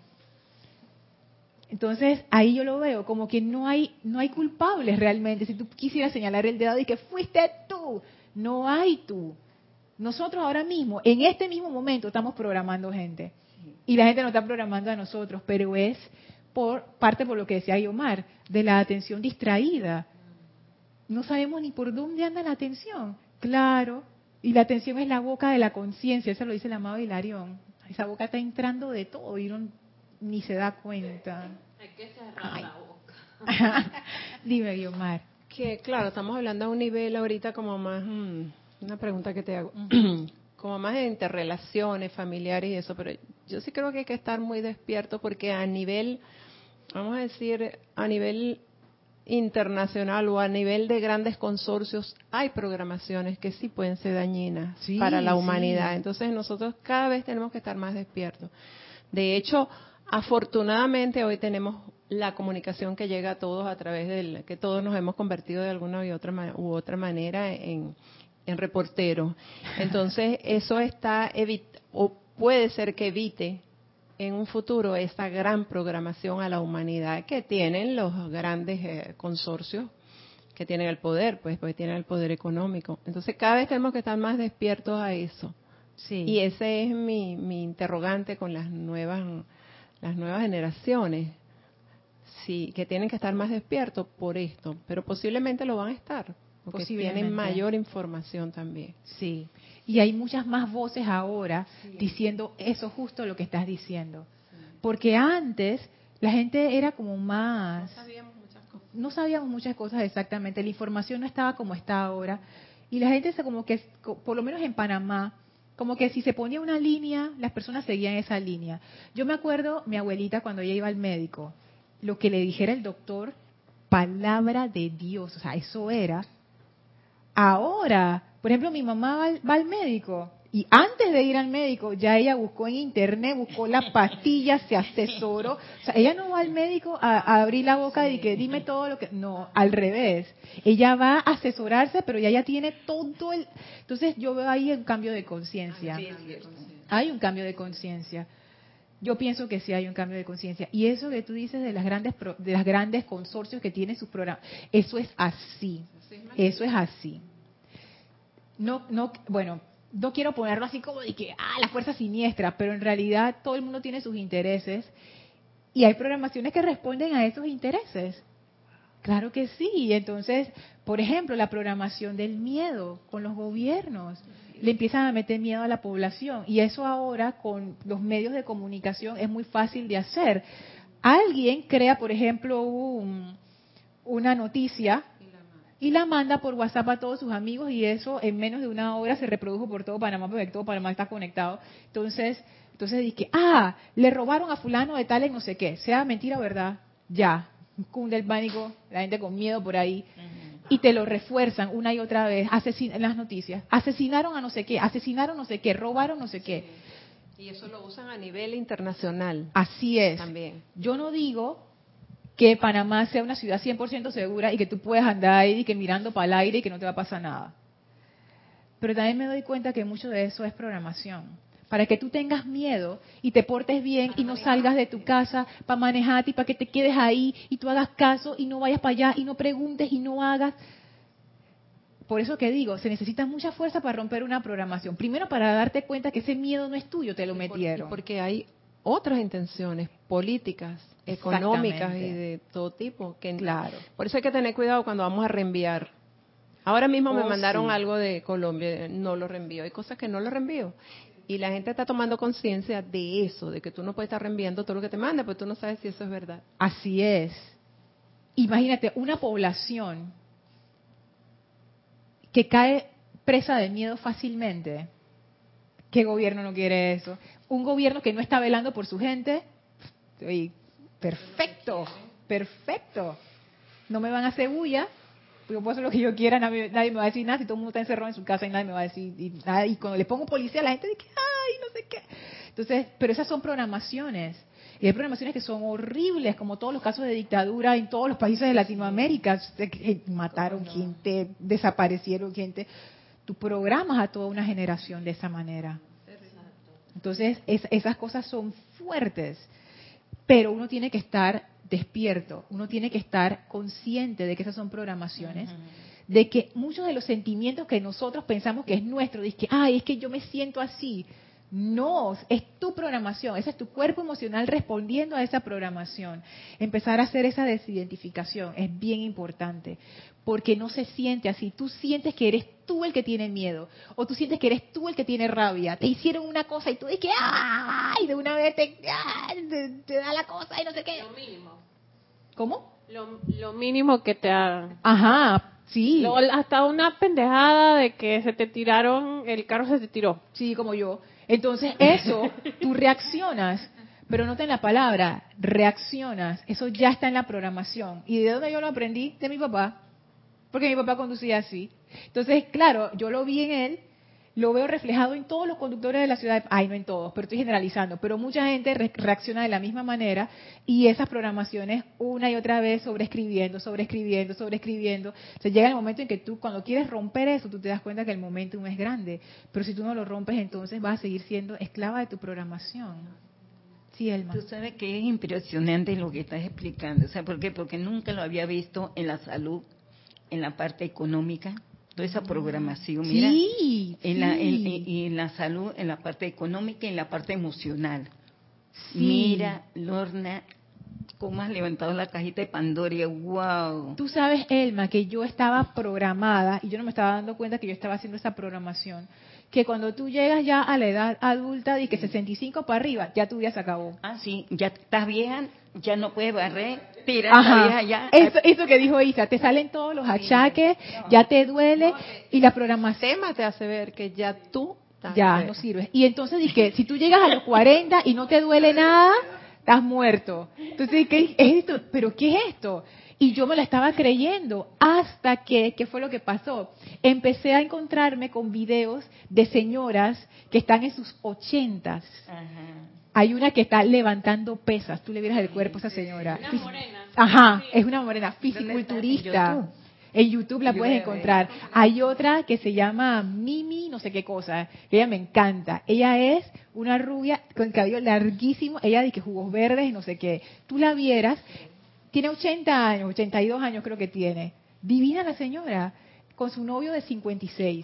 Entonces ahí yo lo veo como que no hay culpables realmente. Si tú quisieras señalar el dedo y que fuiste tú, no hay tú. Nosotros ahora mismo, en este mismo momento, estamos programando gente. Y la gente no está programando a nosotros, pero es por lo que decía Guiomar, de la atención distraída. No sabemos ni por dónde anda la atención. Claro, y la atención es la boca de la conciencia, eso lo dice el amado Hilarión. Esa boca está entrando de todo y uno ni se da cuenta. Hay que cerrar la boca. Dime, Guiomar. Que claro, estamos hablando a un nivel ahorita como más, una pregunta que te hago, como más de interrelaciones familiares y eso, pero yo sí creo que hay que estar muy despierto porque a nivel, vamos a decir, a nivel internacional o a nivel de grandes consorcios hay programaciones que sí pueden ser dañinas para la humanidad. Entonces nosotros cada vez tenemos que estar más despiertos. De hecho, afortunadamente hoy tenemos la comunicación que llega a todos a través del que todos nos hemos convertido de alguna u otra manera en reporteros. Entonces eso está o puede ser que evite en un futuro esa gran programación a la humanidad que tienen los grandes consorcios que tienen el poder, pues tienen el poder económico. Entonces cada vez tenemos que estar más despiertos a eso. Sí. Y ese es mi interrogante con las nuevas generaciones. Sí, que tienen que estar más despiertos por esto, pero posiblemente lo van a estar, porque tienen mayor información también. Sí, y hay muchas más voces ahora diciendo eso justo lo que estás diciendo. Porque antes la gente era como más... No sabíamos muchas cosas. exactamente, la información no estaba como está ahora. Y la gente como que, por lo menos en Panamá, como que si se ponía una línea, las personas seguían esa línea. Yo me acuerdo, mi abuelita cuando ella iba al médico, lo que le dijera el doctor, palabra de Dios, o sea, eso era. Ahora, por ejemplo, mi mamá va al médico y antes de ir al médico ya ella buscó en internet, buscó la pastilla, se asesoró. O sea, ella no va al médico a abrir la boca y que dime todo lo que... No, al revés. Ella va a asesorarse, pero ya tiene todo el... Entonces yo veo ahí un cambio de conciencia. Hay un cambio de conciencia. Yo pienso que sí hay un cambio de conciencia. Y eso que tú dices de las grandes consorcios que tienen sus programas, eso es así. Eso es así. Bueno, no quiero ponerlo así como de que, la fuerza siniestra, pero en realidad todo el mundo tiene sus intereses y hay programaciones que responden a esos intereses. Claro que sí. Entonces, por ejemplo, la programación del miedo con los gobiernos. Le empiezan a meter miedo a la población y eso ahora con los medios de comunicación es muy fácil de hacer. Alguien crea, por ejemplo, una noticia y la manda por WhatsApp a todos sus amigos y eso en menos de una hora se reprodujo por todo Panamá porque todo Panamá está conectado. Entonces dije, le robaron a fulano de tal en no sé qué, sea mentira o verdad, ya, cunde el pánico, la gente con miedo por ahí. Y te lo refuerzan una y otra vez en las noticias. Asesinaron a no sé qué, asesinaron no sé qué, robaron no sé qué. Y eso lo usan a nivel internacional. Así es. También. Yo no digo que Panamá sea una ciudad 100% segura y que tú puedes andar ahí y que mirando para el aire y que no te va a pasar nada. Pero también me doy cuenta que mucho de eso es programación. Para que tú tengas miedo y te portes bien y no salgas de tu casa para manejarte y para que te quedes ahí y tú hagas caso y no vayas para allá y no preguntes y no hagas. Por eso que digo, se necesita mucha fuerza para romper una programación. Primero para darte cuenta que ese miedo no es tuyo, te lo metieron. Porque hay otras intenciones políticas, económicas y de todo tipo. Claro. Por eso hay que tener cuidado cuando vamos a reenviar. Ahora mismo me mandaron algo de Colombia, no lo reenvío. Hay cosas que no lo reenvío. Y la gente está tomando conciencia de eso, de que tú no puedes estar reenviando todo lo que te manda, porque tú no sabes si eso es verdad. Así es. Imagínate, una población que cae presa de miedo fácilmente. ¿Qué gobierno no quiere eso? Un gobierno que no está velando por su gente. Perfecto, perfecto. No me van a hacer bulla. Yo puedo hacer lo que yo quiera, nadie me va a decir nada. Si todo el mundo está encerrado en su casa y nadie me va a decir nada. Y cuando le pongo policía, la gente dice, ay, no sé qué. Entonces, pero esas son programaciones. Y hay programaciones que son horribles, como todos los casos de dictadura en todos los países de Latinoamérica. Mataron gente, desaparecieron gente. Tú programas a toda una generación de esa manera. Entonces, esas cosas son fuertes. Pero uno tiene que estar despierto, uno tiene que estar consciente de que esas son programaciones, de que muchos de los sentimientos que nosotros pensamos que es nuestro, de que, es que yo me siento así. No, es tu programación, ese es tu cuerpo emocional respondiendo a esa programación. Empezar a hacer esa desidentificación es bien importante, porque no se siente así. Tú sientes que eres tú el que tiene miedo, o tú sientes que eres tú el que tiene rabia. Te hicieron una cosa y tú dices, y de una vez te da la cosa y no sé qué. Lo mínimo. ¿Cómo? Lo mínimo que te hagan. Ajá, sí. Hasta una pendejada de que se te tiraron, el carro se te tiró. Sí, como yo. Entonces, eso, tú reaccionas, pero noten la palabra, reaccionas. Eso ya está en la programación. ¿Y de dónde yo lo aprendí? De mi papá. Porque mi papá conducía así. Entonces, claro, yo lo vi en él, lo veo reflejado en todos los conductores de la ciudad. No en todos, pero estoy generalizando. Pero mucha gente reacciona de la misma manera y esas programaciones una y otra vez sobreescribiendo. Se llega el momento en que tú, cuando quieres romper eso, tú te das cuenta que el momentum es grande. Pero si tú no lo rompes, entonces vas a seguir siendo esclava de tu programación. Sí, Elma. Tú sabes que es impresionante lo que estás explicando. ¿Sabes por qué? Porque nunca lo había visto en la salud, en la parte económica. Toda esa programación, mira, sí. En la salud, en la parte económica y en la parte emocional. Sí. Mira, Lorna, cómo has levantado la cajita de Pandora. ¡Wow! Tú sabes, Elma, que yo estaba programada y yo no me estaba dando cuenta que yo estaba haciendo esa programación. Que cuando tú llegas ya a la edad adulta, de que 65 para arriba, ya tu vida se acabó. Ah, sí, ya estás vieja, ya no puedes barrer, tira esa vieja ya. Eso que dijo Isa, te salen todos los achaques, ya te duele y la programación El tema te hace ver que ya tú ya no sirves. Y entonces dije, si tú llegas a los 40 y no te duele nada, estás muerto. Entonces, ¿qué es esto? ¿Pero qué es esto? Y yo me la estaba creyendo hasta que, ¿qué fue lo que pasó? Empecé a encontrarme con videos de señoras que están en sus 80s. Ajá. Hay una que está levantando pesas. Tú le vieras el cuerpo a esa señora. Una morena. Ajá, es una morena ¿Dónde está? fisiculturista. En YouTube la Yo puedes voy a ver. encontrar. Hay otra que se llama Mimi, no sé qué cosa. Ella me encanta. Ella es una rubia con el cabello larguísimo. Ella dice que jugos verdes y no sé qué. Tú la vieras. Tiene 80 años, 82 años creo que tiene. Divina la señora. Con su novio de 56.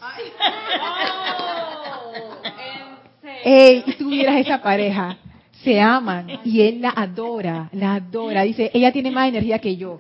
Ey, y tú vieras esa pareja. Se aman. Y él la adora. La adora. Dice, ella tiene más energía que yo.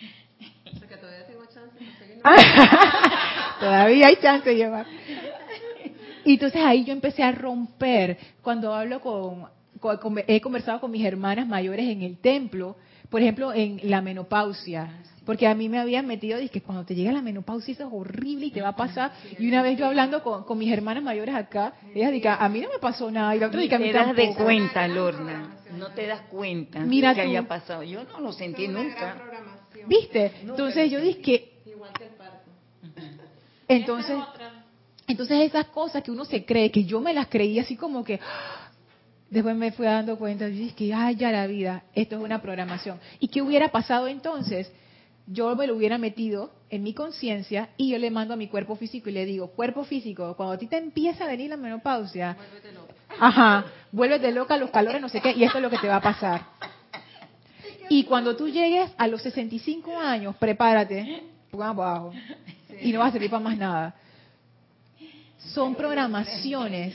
Todavía hay chance de llevar. Y entonces ahí yo empecé a romper. Cuando hablo he conversado con mis hermanas mayores en el templo, por ejemplo, en la menopausia. Porque a mí me habían metido, que cuando te llega la menopausia eso es horrible y te va a pasar. Y una vez yo hablando con mis hermanas mayores acá, ellas dicen, a mí no me pasó nada. Y la otra dice, a mí Te das de tampoco. cuenta, Lorna. No te das cuenta Mira que tú. haya pasado. Yo no lo sentí nunca. ¿Viste? Entonces yo dije que... Entonces esas cosas que uno se cree, que yo me las creí así como que... Después me fui dando cuenta, yo dije, ay, ya la vida, esto es una programación. ¿Y qué hubiera pasado entonces? Yo me lo hubiera metido en mi conciencia y yo le mando a mi cuerpo físico y le digo, cuerpo físico, cuando a ti te empieza a venir la menopausia, vuélvete loca, los calores, no sé qué, y esto es lo que te va a pasar. Y cuando tú llegues a los 65 años, prepárate, pongan abajo, y no vas a servir para más nada. Son programaciones.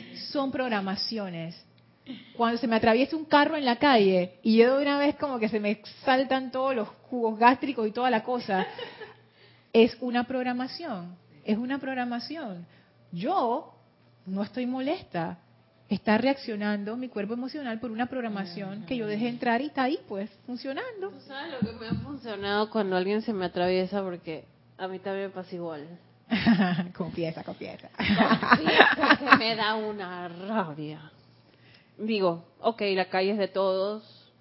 Cuando se me atraviesa un carro en la calle y yo de una vez como que se me saltan todos los jugos gástricos y toda la cosa, es una programación. Yo no estoy molesta. Está reaccionando mi cuerpo emocional por una programación que yo dejé entrar y está ahí, pues, funcionando. ¿Tú sabes lo que me ha funcionado cuando alguien se me atraviesa? Porque a mí también me pasa igual. Confiesa. Que me da una rabia. Digo, ok, la calle es de todos.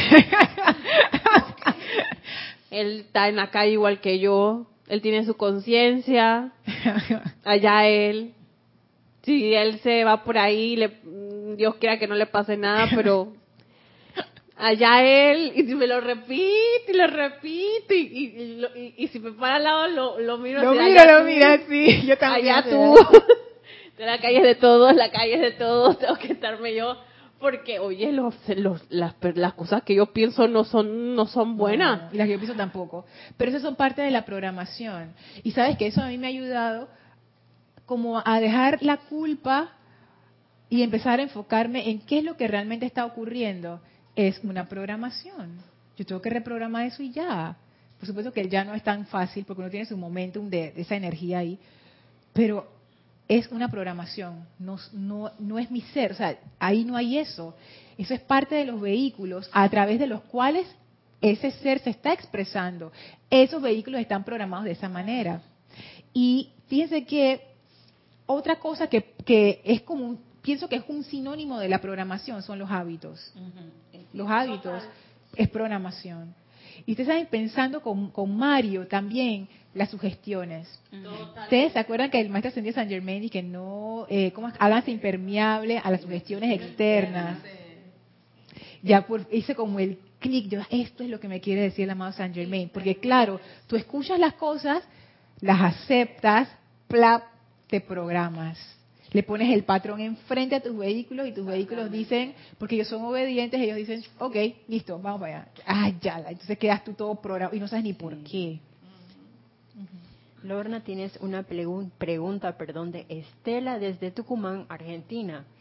Él está en la calle igual que yo. Él tiene su conciencia. Allá él. Si él se va por ahí, Dios quiera que no le pase nada, pero allá él. Y si me lo repite y lo repite. Y si me para al lado, lo miro. Lo mira, sí. Yo también. Allá tú. De la calle es de todos, tengo que estarme yo. Porque, oye, las cosas que yo pienso no son buenas. No, y las que yo pienso tampoco. Pero esas son parte de la programación. Y sabes que eso a mí me ha ayudado como a dejar la culpa y empezar a enfocarme en qué es lo que realmente está ocurriendo. Es una programación. Yo tengo que reprogramar eso y ya. Por supuesto que ya no es tan fácil porque uno tiene su momentum de esa energía ahí. Pero es una programación, no es mi ser, o sea, ahí no hay eso. Eso es parte de los vehículos a través de los cuales ese ser se está expresando. Esos vehículos están programados de esa manera. Y fíjense que otra cosa que es como, pienso que es un sinónimo de la programación son los hábitos. Los hábitos es programación. Y ustedes saben, pensando con Mario también, las sugestiones. Ustedes se acuerdan que el maestro ascendido Saint Germain dice que no, háganse impermeable a las sugestiones externas. Ya hice como el clic, yo, esto es lo que me quiere decir el amado Saint Germain. Porque claro, tú escuchas las cosas, las aceptas, plap, te programas. Le pones el patrón enfrente a tus vehículos y tus vehículos dicen, porque ellos son obedientes, ellos dicen, ok, listo, vamos para allá. Ah, ya, entonces quedas tú todo programado y no sabes ni por qué. Lorna, tienes una pregunta de Estela desde Tucumán, Argentina.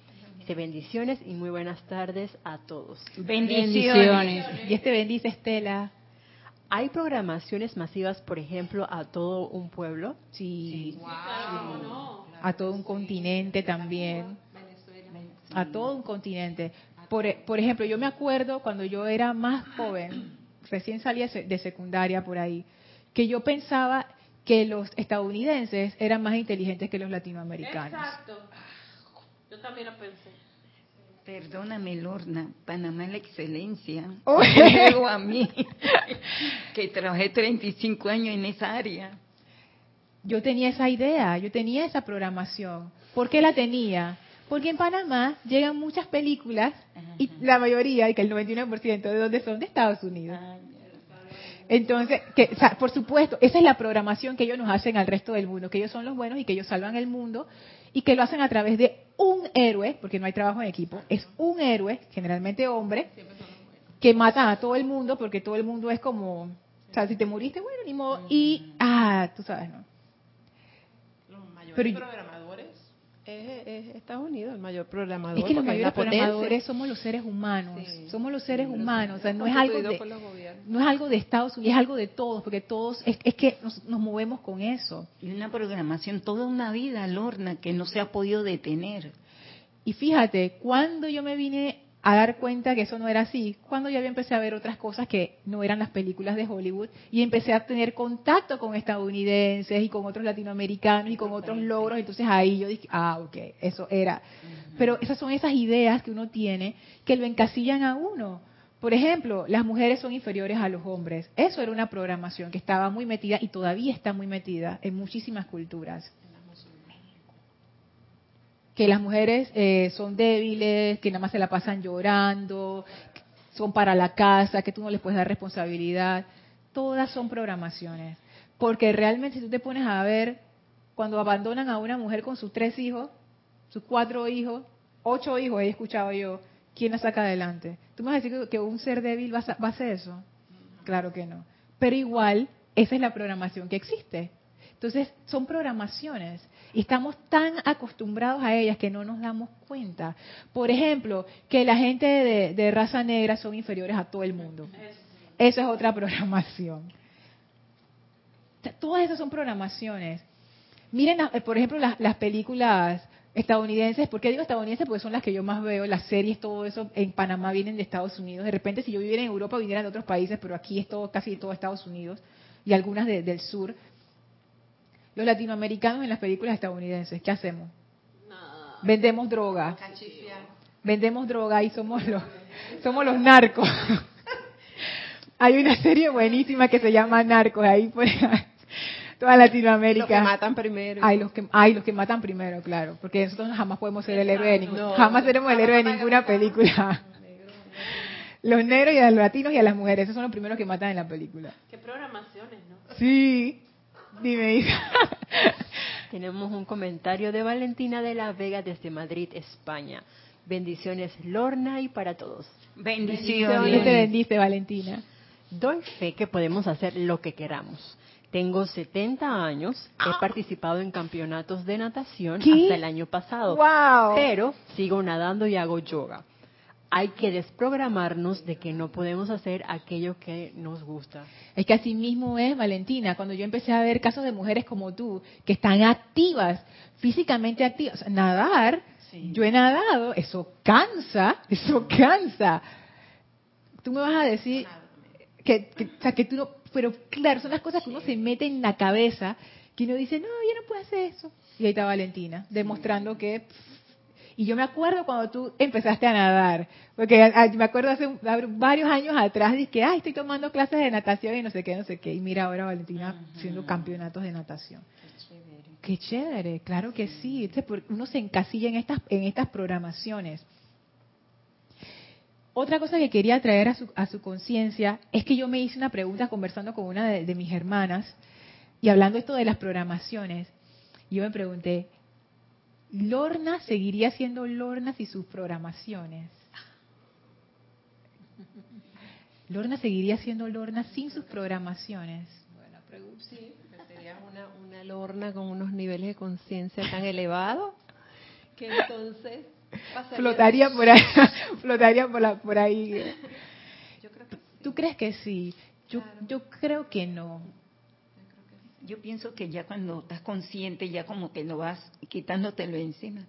Dice bendiciones y muy buenas tardes a todos. Bendiciones. Y bendice Estela. ¿Hay programaciones masivas, por ejemplo, a todo un pueblo? Sí. A todo un continente también. A todo un continente. Por ejemplo, yo me acuerdo cuando yo era más joven, recién salía de secundaria por ahí, que yo pensaba que los estadounidenses eran más inteligentes que los latinoamericanos. Exacto. Yo también lo pensé. Perdóname, Lorna, Panamá es la excelencia. Oh. Luego a mí, que trabajé 35 años en esa área. Yo tenía esa idea, yo tenía esa programación. ¿Por qué la tenía? Porque en Panamá llegan muchas películas, y la mayoría, y que el 99% de dónde son, de Estados Unidos. Entonces, o sea, por supuesto, esa es la programación que ellos nos hacen al resto del mundo, que ellos son los buenos y que ellos salvan el mundo, y que lo hacen a través de un héroe, porque no hay trabajo en equipo, es un héroe, generalmente hombre, que mata a todo el mundo, porque todo el mundo es como, o sea, si te moriste, bueno, ni modo, y, tú sabes, ¿no? Los mayores Pero programadores es Estados Unidos, el mayor programador. es que los porque mayores la potencia. programadores somos los seres humanos, Sí. somos los seres humanos, o sea, no es Constituido algo por los gobiernos. no es algo de Estados Unidos, es algo de todos, porque todos, es que nos movemos con eso. Y una programación toda una vida, Lorna, que no se ha podido detener. Y fíjate, cuando yo me vine a dar cuenta que eso no era así, cuando ya empecé a ver otras cosas que no eran las películas de Hollywood, y empecé a tener contacto con estadounidenses y con otros latinoamericanos y con otros logros, entonces ahí yo dije, ok, eso era. Pero esas son esas ideas que uno tiene que lo encasillan a uno. Por ejemplo, las mujeres son inferiores a los hombres. Eso era una programación que estaba muy metida y todavía está muy metida en muchísimas culturas. Que las mujeres son débiles, que nada más se la pasan llorando, son para la casa, que tú no les puedes dar responsabilidad. Todas son programaciones. Porque realmente si tú te pones a ver, cuando abandonan a una mujer con sus 3 hijos, sus 4 hijos, 8 hijos, he escuchado yo, ¿quién la saca adelante? ¿Tú me vas a decir que un ser débil va a hacer eso? Claro que no. Pero igual, esa es la programación que existe. Entonces, son programaciones y estamos tan acostumbrados a ellas que no nos damos cuenta. Por ejemplo, que la gente de raza negra son inferiores a todo el mundo. Eso es otra programación. Todas esas son programaciones. Miren, por ejemplo, las películas estadounidenses. ¿Por qué digo estadounidenses? Porque son las que yo más veo, las series, todo eso en Panamá vienen de Estados Unidos. De repente, si yo viviera en Europa, vinieran de otros países, pero aquí es todo, casi todo Estados Unidos y algunas del sur. Los latinoamericanos en las películas estadounidenses, ¿qué hacemos? Nada. Vendemos droga. Vendemos droga y somos los narcos. Hay una serie buenísima que se llama Narcos, ahí por toda Latinoamérica. Los que matan primero. Los que matan primero, claro, porque nosotros jamás podemos ser el héroe de jamás seremos el héroe de ninguna película. Los negros y a los latinos y a las mujeres, esos son los primeros que matan en la película. Qué programaciones, ¿no? Sí. Dime, hija. Tenemos un comentario de Valentina de la Vega desde Madrid, España. Bendiciones, Lorna, y para todos. Bendiciones. Dios te bendice, Valentina. Doy fe que podemos hacer lo que queramos. Tengo 70 años, he participado en campeonatos de natación hasta el año pasado, pero sigo nadando y hago yoga. Hay que desprogramarnos de que no podemos hacer aquello que nos gusta. Es que así mismo es, Valentina, cuando yo empecé a ver casos de mujeres como tú, que están activas, físicamente activas, o sea, nadar, yo he nadado, eso cansa. Tú me vas a decir o sea, que tú no, pero claro, son las cosas que uno se mete en la cabeza, que uno dice, no, yo no puedo hacer eso. Y ahí está Valentina, demostrando que... Y yo me acuerdo cuando tú empezaste a nadar, porque me acuerdo hace varios años atrás, dije, estoy tomando clases de natación y no sé qué. Y mira ahora Valentina haciendo campeonatos de natación. Qué chévere, claro que sí. Uno se encasilla en estas programaciones. Otra cosa que quería traer a su conciencia es que yo me hice una pregunta conversando con una de mis hermanas y hablando esto de las programaciones. Y yo me pregunté, ¿Lorna seguiría siendo Lorna sin sus programaciones? ¿Lorna seguiría siendo Lorna sin sus programaciones? Buena pregunta. Sí, sería una Lorna con unos niveles de conciencia tan elevados que entonces flotaría por ahí, flotaría por ahí. Yo creo que sí. ¿Tú crees que sí? Yo creo que no. Yo pienso que ya cuando estás consciente, ya como que lo vas quitándotelo encima.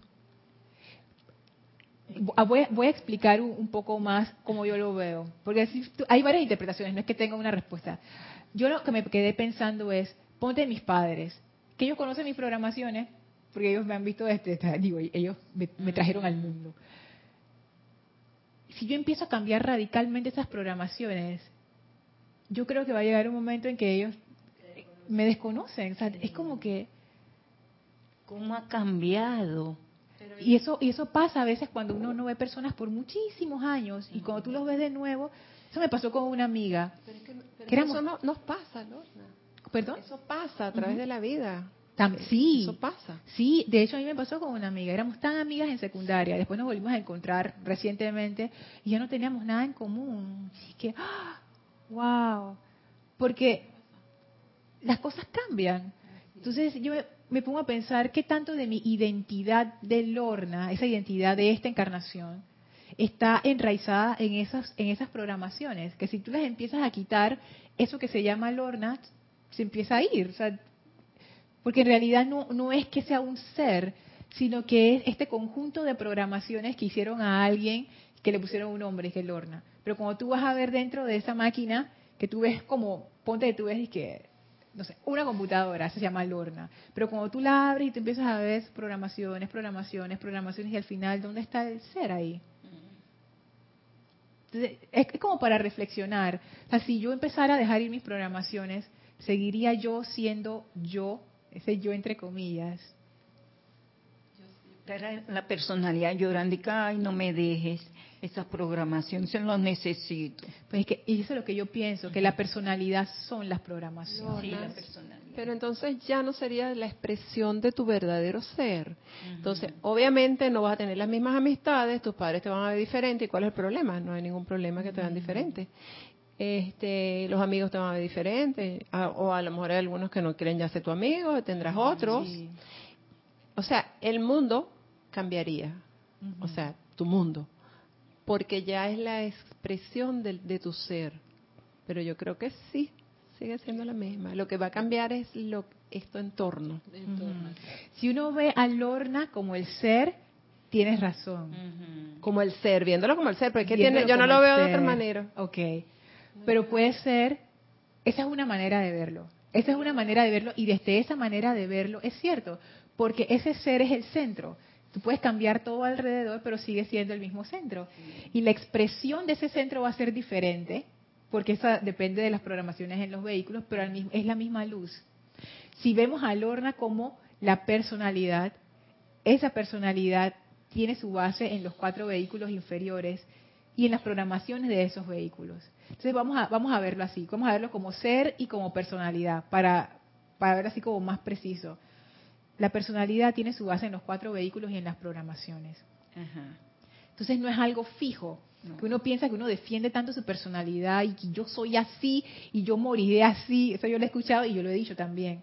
Voy a explicar un poco más cómo yo lo veo, porque hay varias interpretaciones, no es que tenga una respuesta. Yo lo que me quedé pensando es, ponte mis padres, que ellos conocen mis programaciones, porque ellos me han visto, ellos me trajeron al mundo. Si yo empiezo a cambiar radicalmente esas programaciones, yo creo que va a llegar un momento en que ellos me desconocen. O sea, es como que... ¿Cómo ha cambiado? Y eso pasa a veces cuando uno no ve personas por muchísimos años y cuando tú los ves de nuevo. Eso me pasó con una amiga. Pero eso no nos pasa, Lorna. ¿Perdón? Eso pasa a través de la vida. Sí. Eso pasa. Sí, de hecho a mí me pasó con una amiga. Éramos tan amigas en secundaria. Después nos volvimos a encontrar recientemente y ya no teníamos nada en común. Así que, wow. Porque las cosas cambian. Entonces yo me pongo a pensar qué tanto de mi identidad de Lorna, esa identidad de esta encarnación, está enraizada en esas programaciones, que si tú las empiezas a quitar, eso que se llama Lorna se empieza a ir. O sea, porque en realidad no es que sea un ser, sino que es este conjunto de programaciones que hicieron a alguien que le pusieron un nombre, que es Lorna. Pero cuando tú vas a ver dentro de esa máquina, que tú ves como, ponte que tú ves y que, no sé, una computadora, se llama Lorna. Pero cuando tú la abres y tú empiezas a ver programaciones, y al final, ¿dónde está el ser ahí? Entonces, es como para reflexionar. O sea, si yo empezara a dejar ir mis programaciones, ¿seguiría yo siendo yo? Ese yo entre comillas. La personalidad llorando y que, ay, no me dejes. Esa programación, se lo necesito. Pues es que y eso es lo que yo pienso, que la personalidad son las programaciones. Sí, la personalidad. Pero entonces ya no sería la expresión de tu verdadero ser. Entonces, obviamente no vas a tener las mismas amistades, tus padres te van a ver diferente. ¿Y cuál es el problema? No hay ningún problema que te vean diferente. Los amigos te van a ver diferente. O a lo mejor hay algunos que no quieren ya ser tu amigo, tendrás otros. Sí. O sea, el mundo cambiaría. O sea, tu mundo. Porque ya es la expresión de tu ser. Pero yo creo que sí, sigue siendo la misma. Lo que va a cambiar es tu entorno. Si uno ve a Lorna como el ser, tienes razón. Como el ser, viéndolo como el ser, pero es que Viéndolo yo no como lo el veo de ser. otra manera. Ok. Pero puede ser, esa es una manera de verlo. Esa es una manera de verlo y desde esa manera de verlo es cierto, porque ese ser es el centro. Tú puedes cambiar todo alrededor, pero sigue siendo el mismo centro. Y la expresión de ese centro va a ser diferente, porque esa depende de las programaciones en los vehículos, pero es la misma luz. Si vemos a Lorna como la personalidad, esa personalidad tiene su base en los 4 vehículos inferiores y en las programaciones de esos vehículos. Entonces vamos a verlo así, vamos a verlo como ser y como personalidad, para verlo así como más preciso. La personalidad tiene su base en los 4 vehículos y en las programaciones. Ajá. Entonces no es algo fijo, que uno piensa que uno defiende tanto su personalidad y que yo soy así y yo moriré así. Eso yo lo he escuchado y yo lo he dicho también.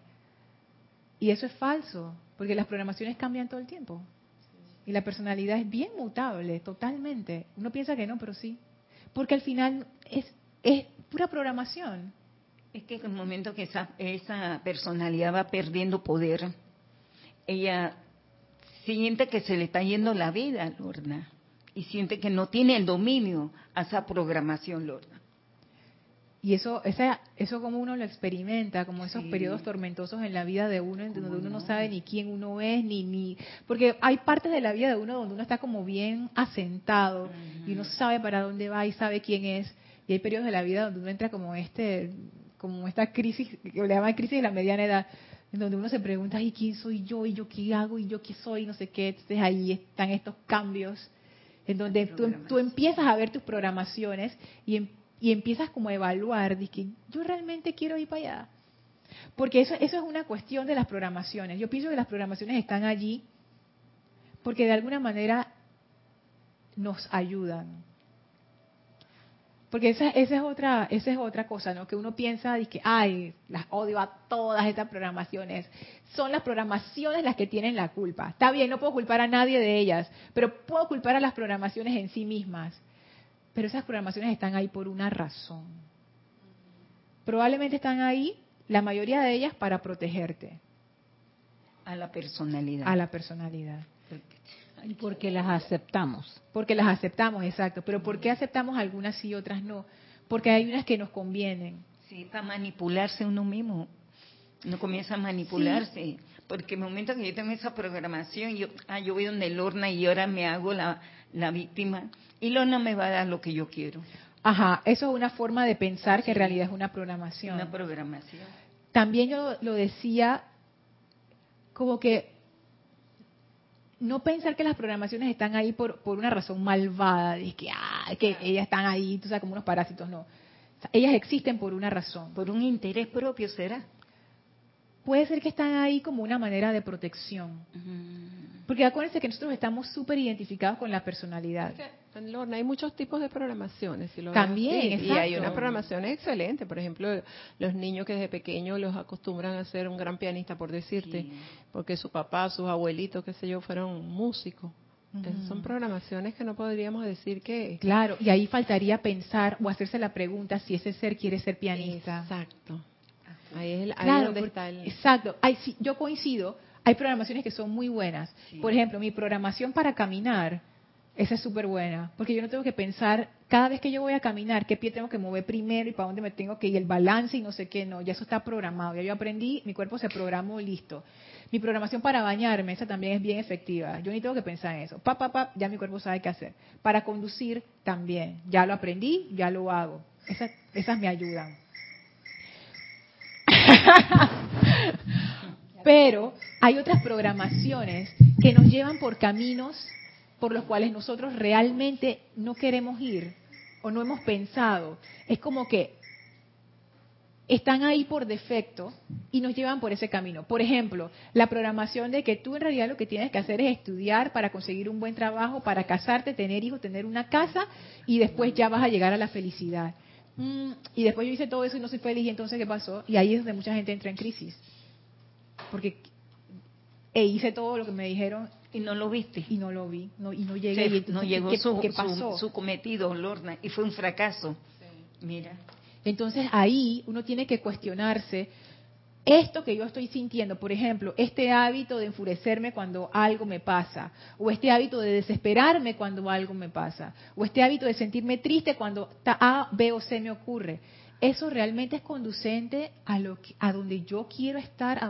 Y eso es falso, porque las programaciones cambian todo el tiempo. Y la personalidad es bien mutable, totalmente. Uno piensa que no, pero sí. Porque al final es pura programación. Es que en el momento que esa personalidad va perdiendo poder, ella siente que se le está yendo la vida, Lorna, y siente que no tiene el dominio a esa programación, Lorna. Y eso como uno lo experimenta, como esos periodos tormentosos en la vida de uno, en donde uno no sabe ni quién uno es, ni porque hay partes de la vida de uno donde uno está como bien asentado y uno sabe para dónde va y sabe quién es, y hay periodos de la vida donde uno entra como esta crisis, que le llaman crisis de la mediana edad, en donde uno se pregunta, ¿y quién soy yo? ¿Y yo qué hago? ¿Y yo qué soy? No sé qué. Entonces ahí están estos cambios en donde tú empiezas a ver tus programaciones y empiezas como a evaluar, que yo realmente quiero ir para allá. Porque eso es una cuestión de las programaciones. Yo pienso que las programaciones están allí porque de alguna manera nos ayudan. Porque esa es otra cosa, ¿no? Que uno piensa y que, ay, las odio a todas estas programaciones. Son las programaciones las que tienen la culpa. Está bien, no puedo culpar a nadie de ellas, pero puedo culpar a las programaciones en sí mismas. Pero esas programaciones están ahí por una razón. Probablemente están ahí, la mayoría de ellas, para protegerte. A la personalidad. A la personalidad. Y porque las aceptamos. Porque las aceptamos, exacto. Pero ¿por qué aceptamos algunas sí y otras no? Porque hay unas que nos convienen. Sí, para manipularse uno mismo. Uno comienza a manipularse. Sí. Porque en el momento que yo tengo esa programación, yo voy donde Lorna y ahora me hago la víctima. Y Lorna me va a dar lo que yo quiero. Ajá, eso es una forma de pensar que en realidad es una programación. Una programación. También yo lo decía como que no pensar que las programaciones están ahí por una razón malvada, de que ellas están ahí, tú sabes, como unos parásitos, no. O sea, ellas existen por una razón. Por un interés propio, ¿será? Puede ser que están ahí como una manera de protección. Porque acuérdense que nosotros estamos súper identificados con la personalidad. Lorna, hay muchos tipos de programaciones. Si lo También, ves, y hay unas programaciones excelentes. Por ejemplo, los niños que desde pequeños los acostumbran a ser un gran pianista, por decirte, porque su papá, sus abuelitos, qué sé yo, fueron músicos. Esas son programaciones que no podríamos decir que... Claro, y ahí faltaría pensar o hacerse la pregunta si ese ser quiere ser pianista. Exacto. Ahí es claro, donde está el... Exacto. Sí, yo coincido. Hay programaciones que son muy buenas. Sí. Por ejemplo, mi programación para caminar, esa es súper buena. Porque yo no tengo que pensar, cada vez que yo voy a caminar, qué pie tengo que mover primero y para dónde me tengo que ir, el balance y no sé qué, no. Ya eso está programado. Ya yo aprendí, mi cuerpo se programó, listo. Mi programación para bañarme, esa también es bien efectiva. Yo ni tengo que pensar en eso. Ya mi cuerpo sabe qué hacer. Para conducir, también. Ya lo aprendí, ya lo hago. Esas me ayudan. Pero hay otras programaciones que nos llevan por caminos por los cuales nosotros realmente no queremos ir o no hemos pensado. Es como que están ahí por defecto y nos llevan por ese camino. Por ejemplo, la programación de que tú en realidad lo que tienes que hacer es estudiar para conseguir un buen trabajo, para casarte, tener hijos, tener una casa y después ya vas a llegar a la felicidad. Y después yo hice todo eso y no soy feliz, y entonces ¿qué pasó? Y ahí es donde mucha gente entra en crisis. Porque hice todo lo que me dijeron y no lo viste. Y no lo vi, y no llegué. Y entonces, no llegó ¿qué pasó? Su cometido, Lorna, y fue un fracaso. Sí. Mira. Entonces ahí uno tiene que cuestionarse, esto que yo estoy sintiendo, por ejemplo, este hábito de enfurecerme cuando algo me pasa, o este hábito de desesperarme cuando algo me pasa, o este hábito de sentirme triste cuando A, B o C me ocurre. Eso realmente es conducente a donde yo quiero estar,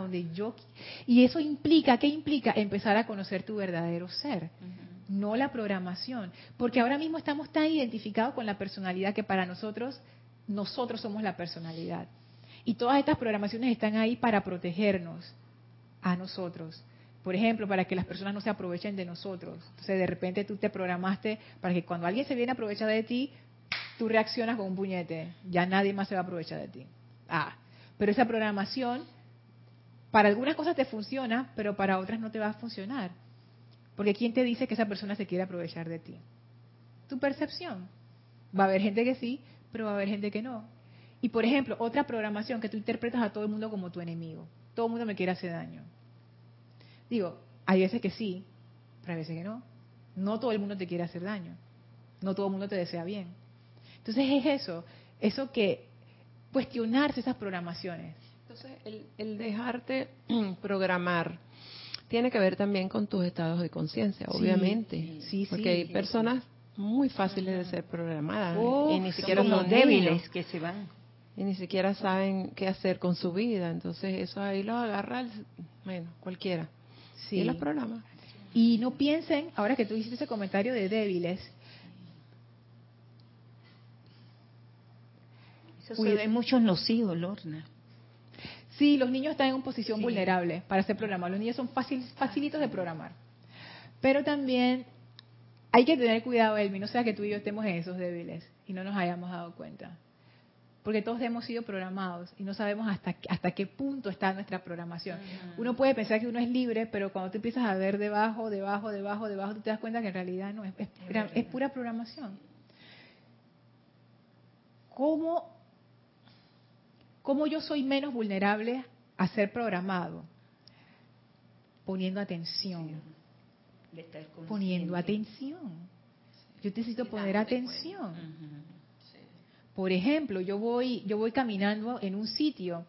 y eso implica, ¿qué implica? Empezar a conocer tu verdadero ser, no la programación, porque ahora mismo estamos tan identificados con la personalidad que para nosotros somos la personalidad. Y todas estas programaciones están ahí para protegernos a nosotros. Por ejemplo, para que las personas no se aprovechen de nosotros. Entonces, de repente tú te programaste para que cuando alguien se viene a aprovechar de ti, tú reaccionas con un puñete. Ya nadie más se va a aprovechar de ti. Pero esa programación, para algunas cosas te funciona, pero para otras no te va a funcionar. Porque ¿quién te dice que esa persona se quiere aprovechar de ti? Tu percepción. Va a haber gente que sí, pero va a haber gente que no. Y por ejemplo, otra programación que tú interpretas a todo el mundo como tu enemigo. Todo el mundo me quiere hacer daño. Digo, hay veces que sí, pero hay veces que no. No todo el mundo te quiere hacer daño. No todo el mundo te desea bien. Entonces es eso que cuestionarse esas programaciones. Entonces el dejarte programar tiene que ver también con tus estados de conciencia, obviamente. Sí, porque hay personas muy fáciles de ser programadas y ni siquiera son los débiles que se van. Y ni siquiera saben qué hacer con su vida. Entonces eso ahí los agarra, cualquiera. Sí. Y los programa. Y no piensen, ahora que tú hiciste ese comentario de débiles. Eso se ve mucho en los hijos, Lorna. Sí, los niños están en una posición vulnerable para ser programados. Los niños son facilitos de programar. Pero también hay que tener cuidado, Elmi, no sea que tú y yo estemos en esos débiles y no nos hayamos dado cuenta. Porque todos hemos sido programados y no sabemos hasta qué punto está nuestra programación. Uno puede pensar que uno es libre, pero cuando tú empiezas a ver debajo, tú te das cuenta que en realidad no, es pura programación. ¿cómo yo soy menos vulnerable a ser programado? Poniendo atención. De estar consciente. Poniendo atención. Yo necesito poner atención. Por ejemplo, yo voy caminando en un sitio,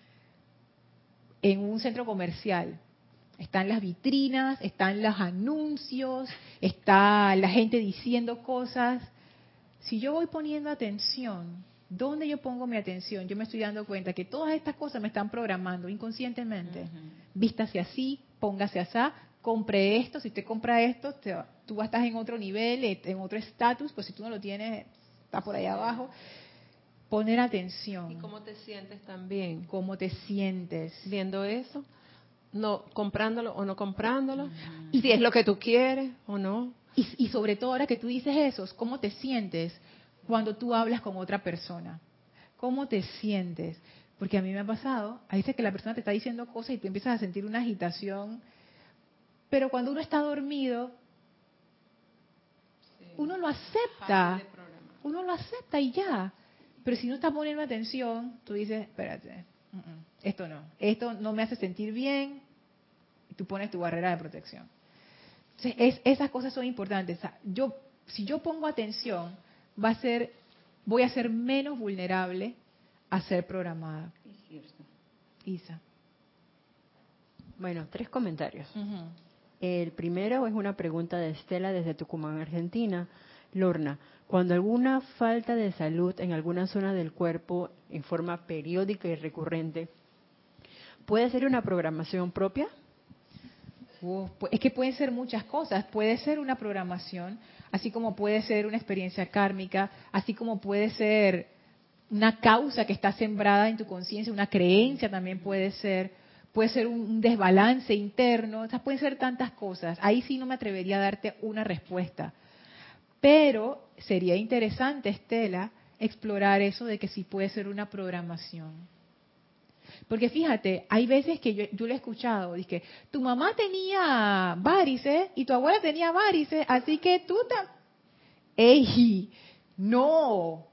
en un centro comercial. Están las vitrinas, están los anuncios, está la gente diciendo cosas. Si yo voy poniendo atención, ¿dónde yo pongo mi atención? Yo me estoy dando cuenta que todas estas cosas me están programando inconscientemente. Vístase así, póngase así, compre esto. Si usted compra esto, tú vas a estar en otro nivel, en otro estatus, pues si tú no lo tienes, está por ahí abajo. Poner atención. ¿Y cómo te sientes también? ¿Cómo te sientes? Viendo eso, no comprándolo o no comprándolo, y si es lo que tú quieres o no. Y sobre todo ahora que tú dices eso, ¿cómo te sientes cuando tú hablas con otra persona? ¿Cómo te sientes? Porque a mí me ha pasado, a veces que la persona te está diciendo cosas y tú empiezas a sentir una agitación, pero cuando uno está dormido, uno lo acepta. Uno lo acepta y ya. Pero si no estás poniendo atención, tú dices, espérate, esto no me hace sentir bien, y tú pones tu barrera de protección. Entonces, esas cosas son importantes. O sea, si yo pongo atención, voy a ser menos vulnerable a ser programada. Es cierto. Isa. Bueno, 3 comentarios. El primero es una pregunta de Estela desde Tucumán, Argentina. Lorna, cuando alguna falta de salud en alguna zona del cuerpo en forma periódica y recurrente, ¿puede ser una programación propia? Es que pueden ser muchas cosas. Puede ser una programación, así como puede ser una experiencia kármica, así como puede ser una causa que está sembrada en tu conciencia, una creencia también puede ser un desbalance interno. O sea, pueden ser tantas cosas. Ahí sí no me atrevería a darte una respuesta. Pero sería interesante, Estela, explorar eso de que sí puede ser una programación. Porque fíjate, hay veces que yo lo he escuchado, dice, tu mamá tenía varices y tu abuela tenía varices, así que tú ¡Ey! No.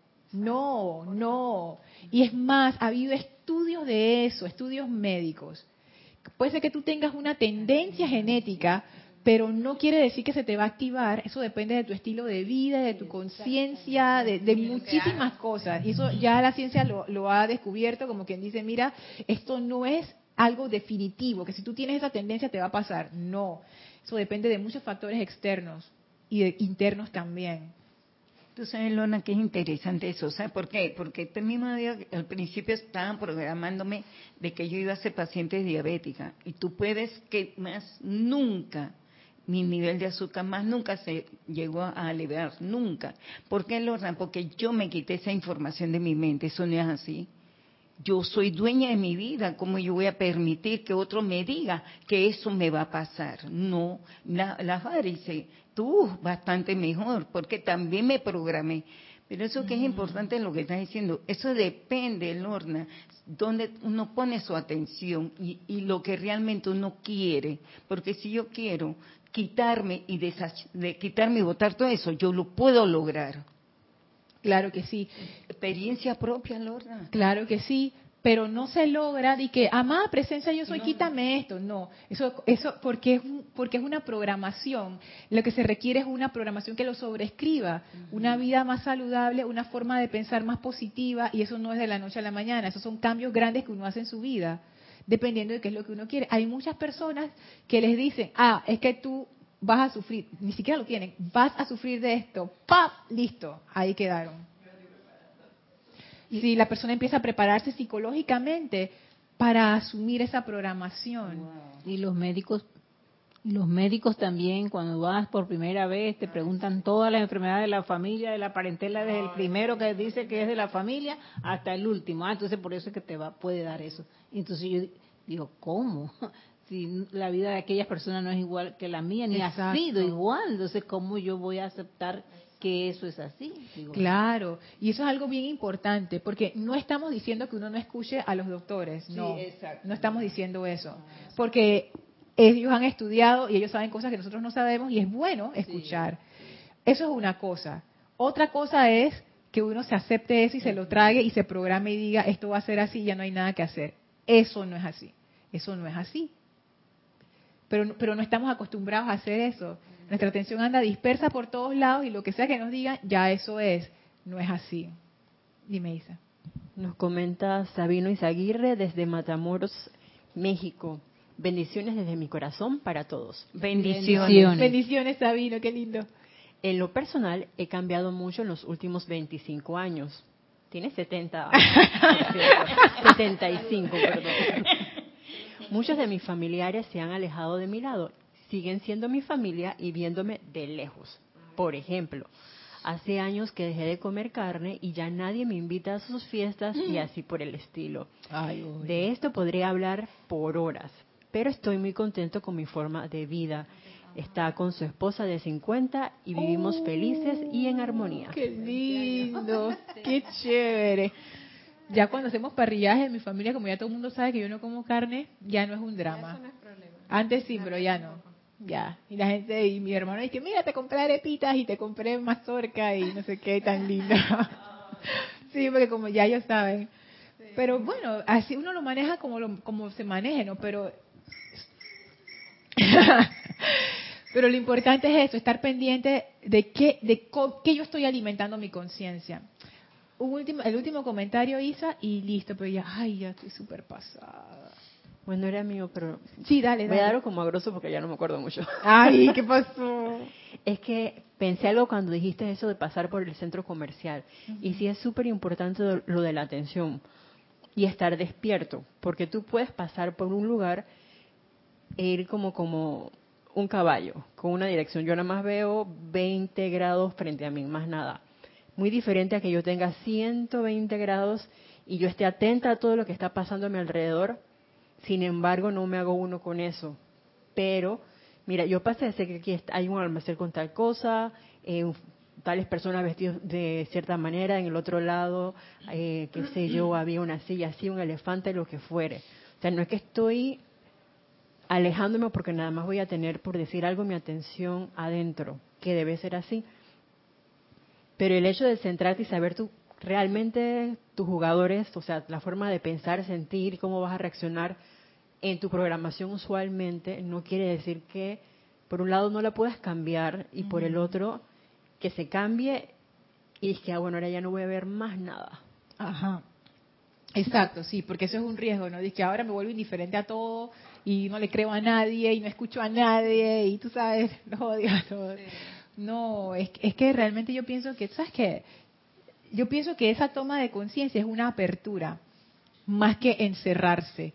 Y es más, ha habido estudios de eso, estudios médicos. Puede ser que tú tengas una tendencia genética, pero no quiere decir que se te va a activar. Eso depende de tu estilo de vida, de tu conciencia, de muchísimas cosas. Y eso ya la ciencia lo ha descubierto, como quien dice, mira, esto no es algo definitivo, que si tú tienes esa tendencia te va a pasar. No, eso depende de muchos factores externos y internos también. Tú sabes, Lorna, que es interesante eso. ¿Sabes por qué? Porque este mismo día, al principio estaban programándome de que yo iba a ser paciente diabética. Y tú puedes que más nunca, mi nivel de azúcar más nunca se llegó a elevar, nunca. ¿Por qué, Lorna? Porque yo me quité esa información de mi mente. Eso no es así. Yo soy dueña de mi vida. ¿Cómo yo voy a permitir que otro me diga que eso me va a pasar? No, las varices, tú bastante mejor, porque también me programé. Pero eso que es importante es lo que estás diciendo. Eso depende, Lorna, donde uno pone su atención y lo que realmente uno quiere. Porque si yo quiero quitarme quitarme y botar todo eso, yo lo puedo lograr. Claro que sí. Experiencia propia, Lorna. Claro que sí, pero no se logra de que, amada presencia, yo soy, no, quítame esto. No, eso porque es una programación. Lo que se requiere es una programación que lo sobrescriba, una vida más saludable, una forma de pensar más positiva, y eso no es de la noche a la mañana. Esos son cambios grandes que uno hace en su vida, dependiendo de qué es lo que uno quiere. Hay muchas personas que les dicen, es que tú vas a sufrir, ni siquiera lo tienen, vas a sufrir de esto, ¡pap! Listo, ahí quedaron. Si la persona empieza a prepararse psicológicamente para asumir esa programación. Wow. Y los médicos también, cuando vas por primera vez, te preguntan todas las enfermedades de la familia, de la parentela, desde el primero que dice que es de la familia hasta el último. Entonces por eso es que puede dar eso. Entonces yo digo, ¿cómo? Si la vida de aquellas personas no es igual que la mía, ni Exacto. ha sido igual, entonces ¿cómo yo voy a aceptar que eso es así? Digo, claro, y eso es algo bien importante, porque no estamos diciendo que uno no escuche a los doctores, no, sí, no estamos diciendo eso, porque ellos han estudiado y ellos saben cosas que nosotros no sabemos y es bueno escuchar. Sí. Eso es una cosa. Otra cosa es que uno se acepte eso y se lo trague y se programe y diga, esto va a ser así, ya no hay nada que hacer. Eso no es así. Eso no es así. Pero no estamos acostumbrados a hacer eso. Nuestra atención anda dispersa por todos lados y lo que sea que nos digan, ya eso es. No es así. Dime, Isa. Nos comenta Sabino Izaguirre desde Matamoros, México. Bendiciones desde mi corazón para todos. Bendiciones. Bendiciones, Sabino, qué lindo. En lo personal, he cambiado mucho en los últimos 25 años. Tiene 70, 75, perdón. Muchos de mis familiares se han alejado de mi lado. Siguen siendo mi familia y viéndome de lejos. Por ejemplo, hace años que dejé de comer carne y ya nadie me invita a sus fiestas y así por el estilo. De esto podría hablar por horas, pero estoy muy contento con mi forma de vida. Está con su esposa de 50 y vivimos felices y en armonía. ¡Qué lindo! ¡Qué chévere! Ya cuando hacemos parrillaje en mi familia, como ya todo el mundo sabe que yo no como carne, ya no es un drama. Eso no es problema. Antes sí, pero ya no. Ya. Y la gente, y mi hermano dice, mira, te compré arepitas y te compré mazorca y no sé qué, tan linda. Sí, porque como ya ellos saben. Pero bueno, así uno lo maneja como se maneje, ¿no? Pero pero lo importante es eso, estar pendiente de qué yo estoy alimentando mi conciencia. El último comentario, Isa, y listo, pero ya estoy súper pasada. Bueno, era mío, pero Sí, dale. voy a darlo como agroso porque ya no me acuerdo mucho. Ay, ¿qué pasó? Es que pensé algo cuando dijiste eso de pasar por el centro comercial. Y sí es súper importante lo de la atención y estar despierto, porque tú puedes pasar por un lugar e ir como un caballo, con una dirección. Yo nada más veo 20 grados frente a mí, más nada. Muy diferente a que yo tenga 120 grados y yo esté atenta a todo lo que está pasando a mi alrededor. Sin embargo, no me hago uno con eso. Pero, mira, yo pasé, sé que aquí hay un almacén con tal cosa, tales personas vestidas de cierta manera, en el otro lado, qué sé yo, había una silla así, un elefante, lo que fuere. O sea, no es que estoy alejándome porque nada más voy a tener, por decir algo, mi atención adentro, que debe ser así. Pero el hecho de centrarte y saber realmente tus jugadores, o sea, la forma de pensar, sentir, cómo vas a reaccionar en tu programación usualmente, no quiere decir que por un lado no la puedas cambiar y por el otro que se cambie y es que, bueno, ahora ya no voy a ver más nada. Ajá. Exacto, sí, porque eso es un riesgo, ¿no? Dice que ahora me vuelvo indiferente a todo y no le creo a nadie y no escucho a nadie y tú sabes, los odio a todos. Sí. No, es que realmente yo pienso que, ¿sabes qué? Yo pienso que esa toma de conciencia es una apertura, más que encerrarse.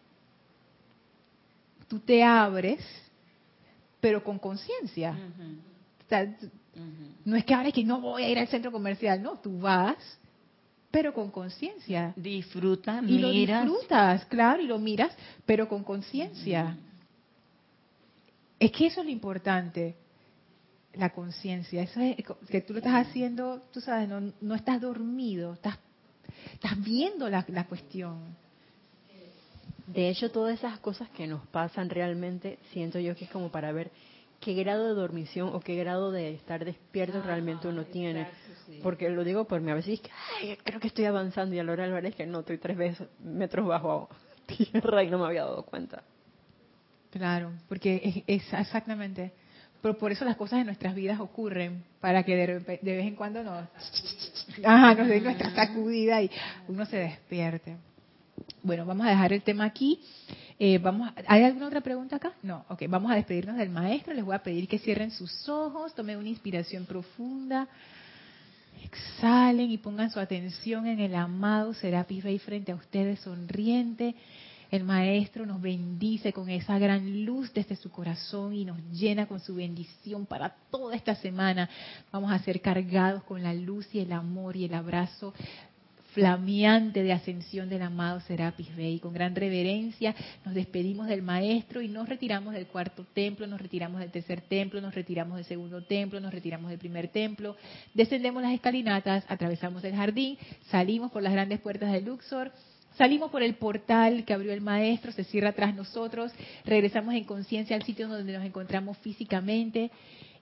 Tú te abres, pero con conciencia. O sea, no es que ahora es que no voy a ir al centro comercial, no, tú vas, pero con conciencia. Disfruta, y miras. Lo disfrutas, claro, y lo miras, pero con conciencia. Es que eso es lo importante, la conciencia. Eso es que tú lo estás haciendo, tú sabes, no estás dormido, estás viendo la cuestión. De hecho, todas esas cosas que nos pasan realmente, siento yo que es como para ver qué grado de dormición o qué grado de estar despierto realmente uno tiene. Exacto, sí. Porque lo digo por mí, a veces es que, creo que estoy avanzando y a la hora de la es que no, estoy 3 metros bajo tierra y no me había dado cuenta. Claro, porque es exactamente. Pero por eso las cosas en nuestras vidas ocurren, para que de vez en cuando nos den nuestra sacudida y uno se despierte. Bueno, vamos a dejar el tema aquí. ¿Hay alguna otra pregunta acá? No, ok, vamos a despedirnos del maestro. Les voy a pedir que cierren sus ojos, tomen una inspiración profunda, exhalen y pongan su atención en el amado Serapis Bey frente a ustedes, sonriente. El maestro nos bendice con esa gran luz desde su corazón y nos llena con su bendición para toda esta semana. Vamos a ser cargados con la luz y el amor y el abrazo flameante de ascensión del amado Serapis Bey. Con gran reverencia nos despedimos del maestro y nos retiramos del cuarto templo, nos retiramos del tercer templo, nos retiramos del segundo templo, nos retiramos del primer templo, descendemos las escalinatas, atravesamos el jardín, salimos por las grandes puertas de Luxor, salimos por el portal que abrió el maestro, se cierra tras nosotros, regresamos en conciencia al sitio donde nos encontramos físicamente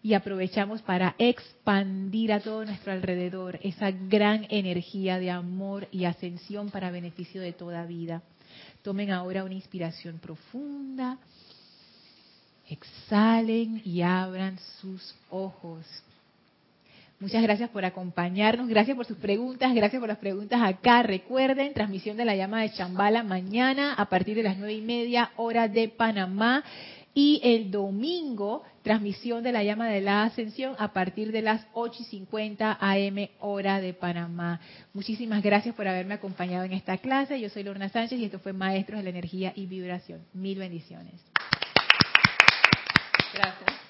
y aprovechamos para expandir a todo nuestro alrededor esa gran energía de amor y ascensión para beneficio de toda vida. Tomen ahora una inspiración profunda, exhalen y abran sus ojos. Muchas gracias por acompañarnos, gracias por sus preguntas, gracias por las preguntas acá. Recuerden, transmisión de la llama de Shambhala mañana a partir de las 9:30 hora de Panamá. Y el domingo, transmisión de la llama de la ascensión a partir de las 8:50 AM hora de Panamá. Muchísimas gracias por haberme acompañado en esta clase. Yo soy Lorna Sánchez y esto fue Maestros de la Energía y Vibración. Mil bendiciones. Gracias.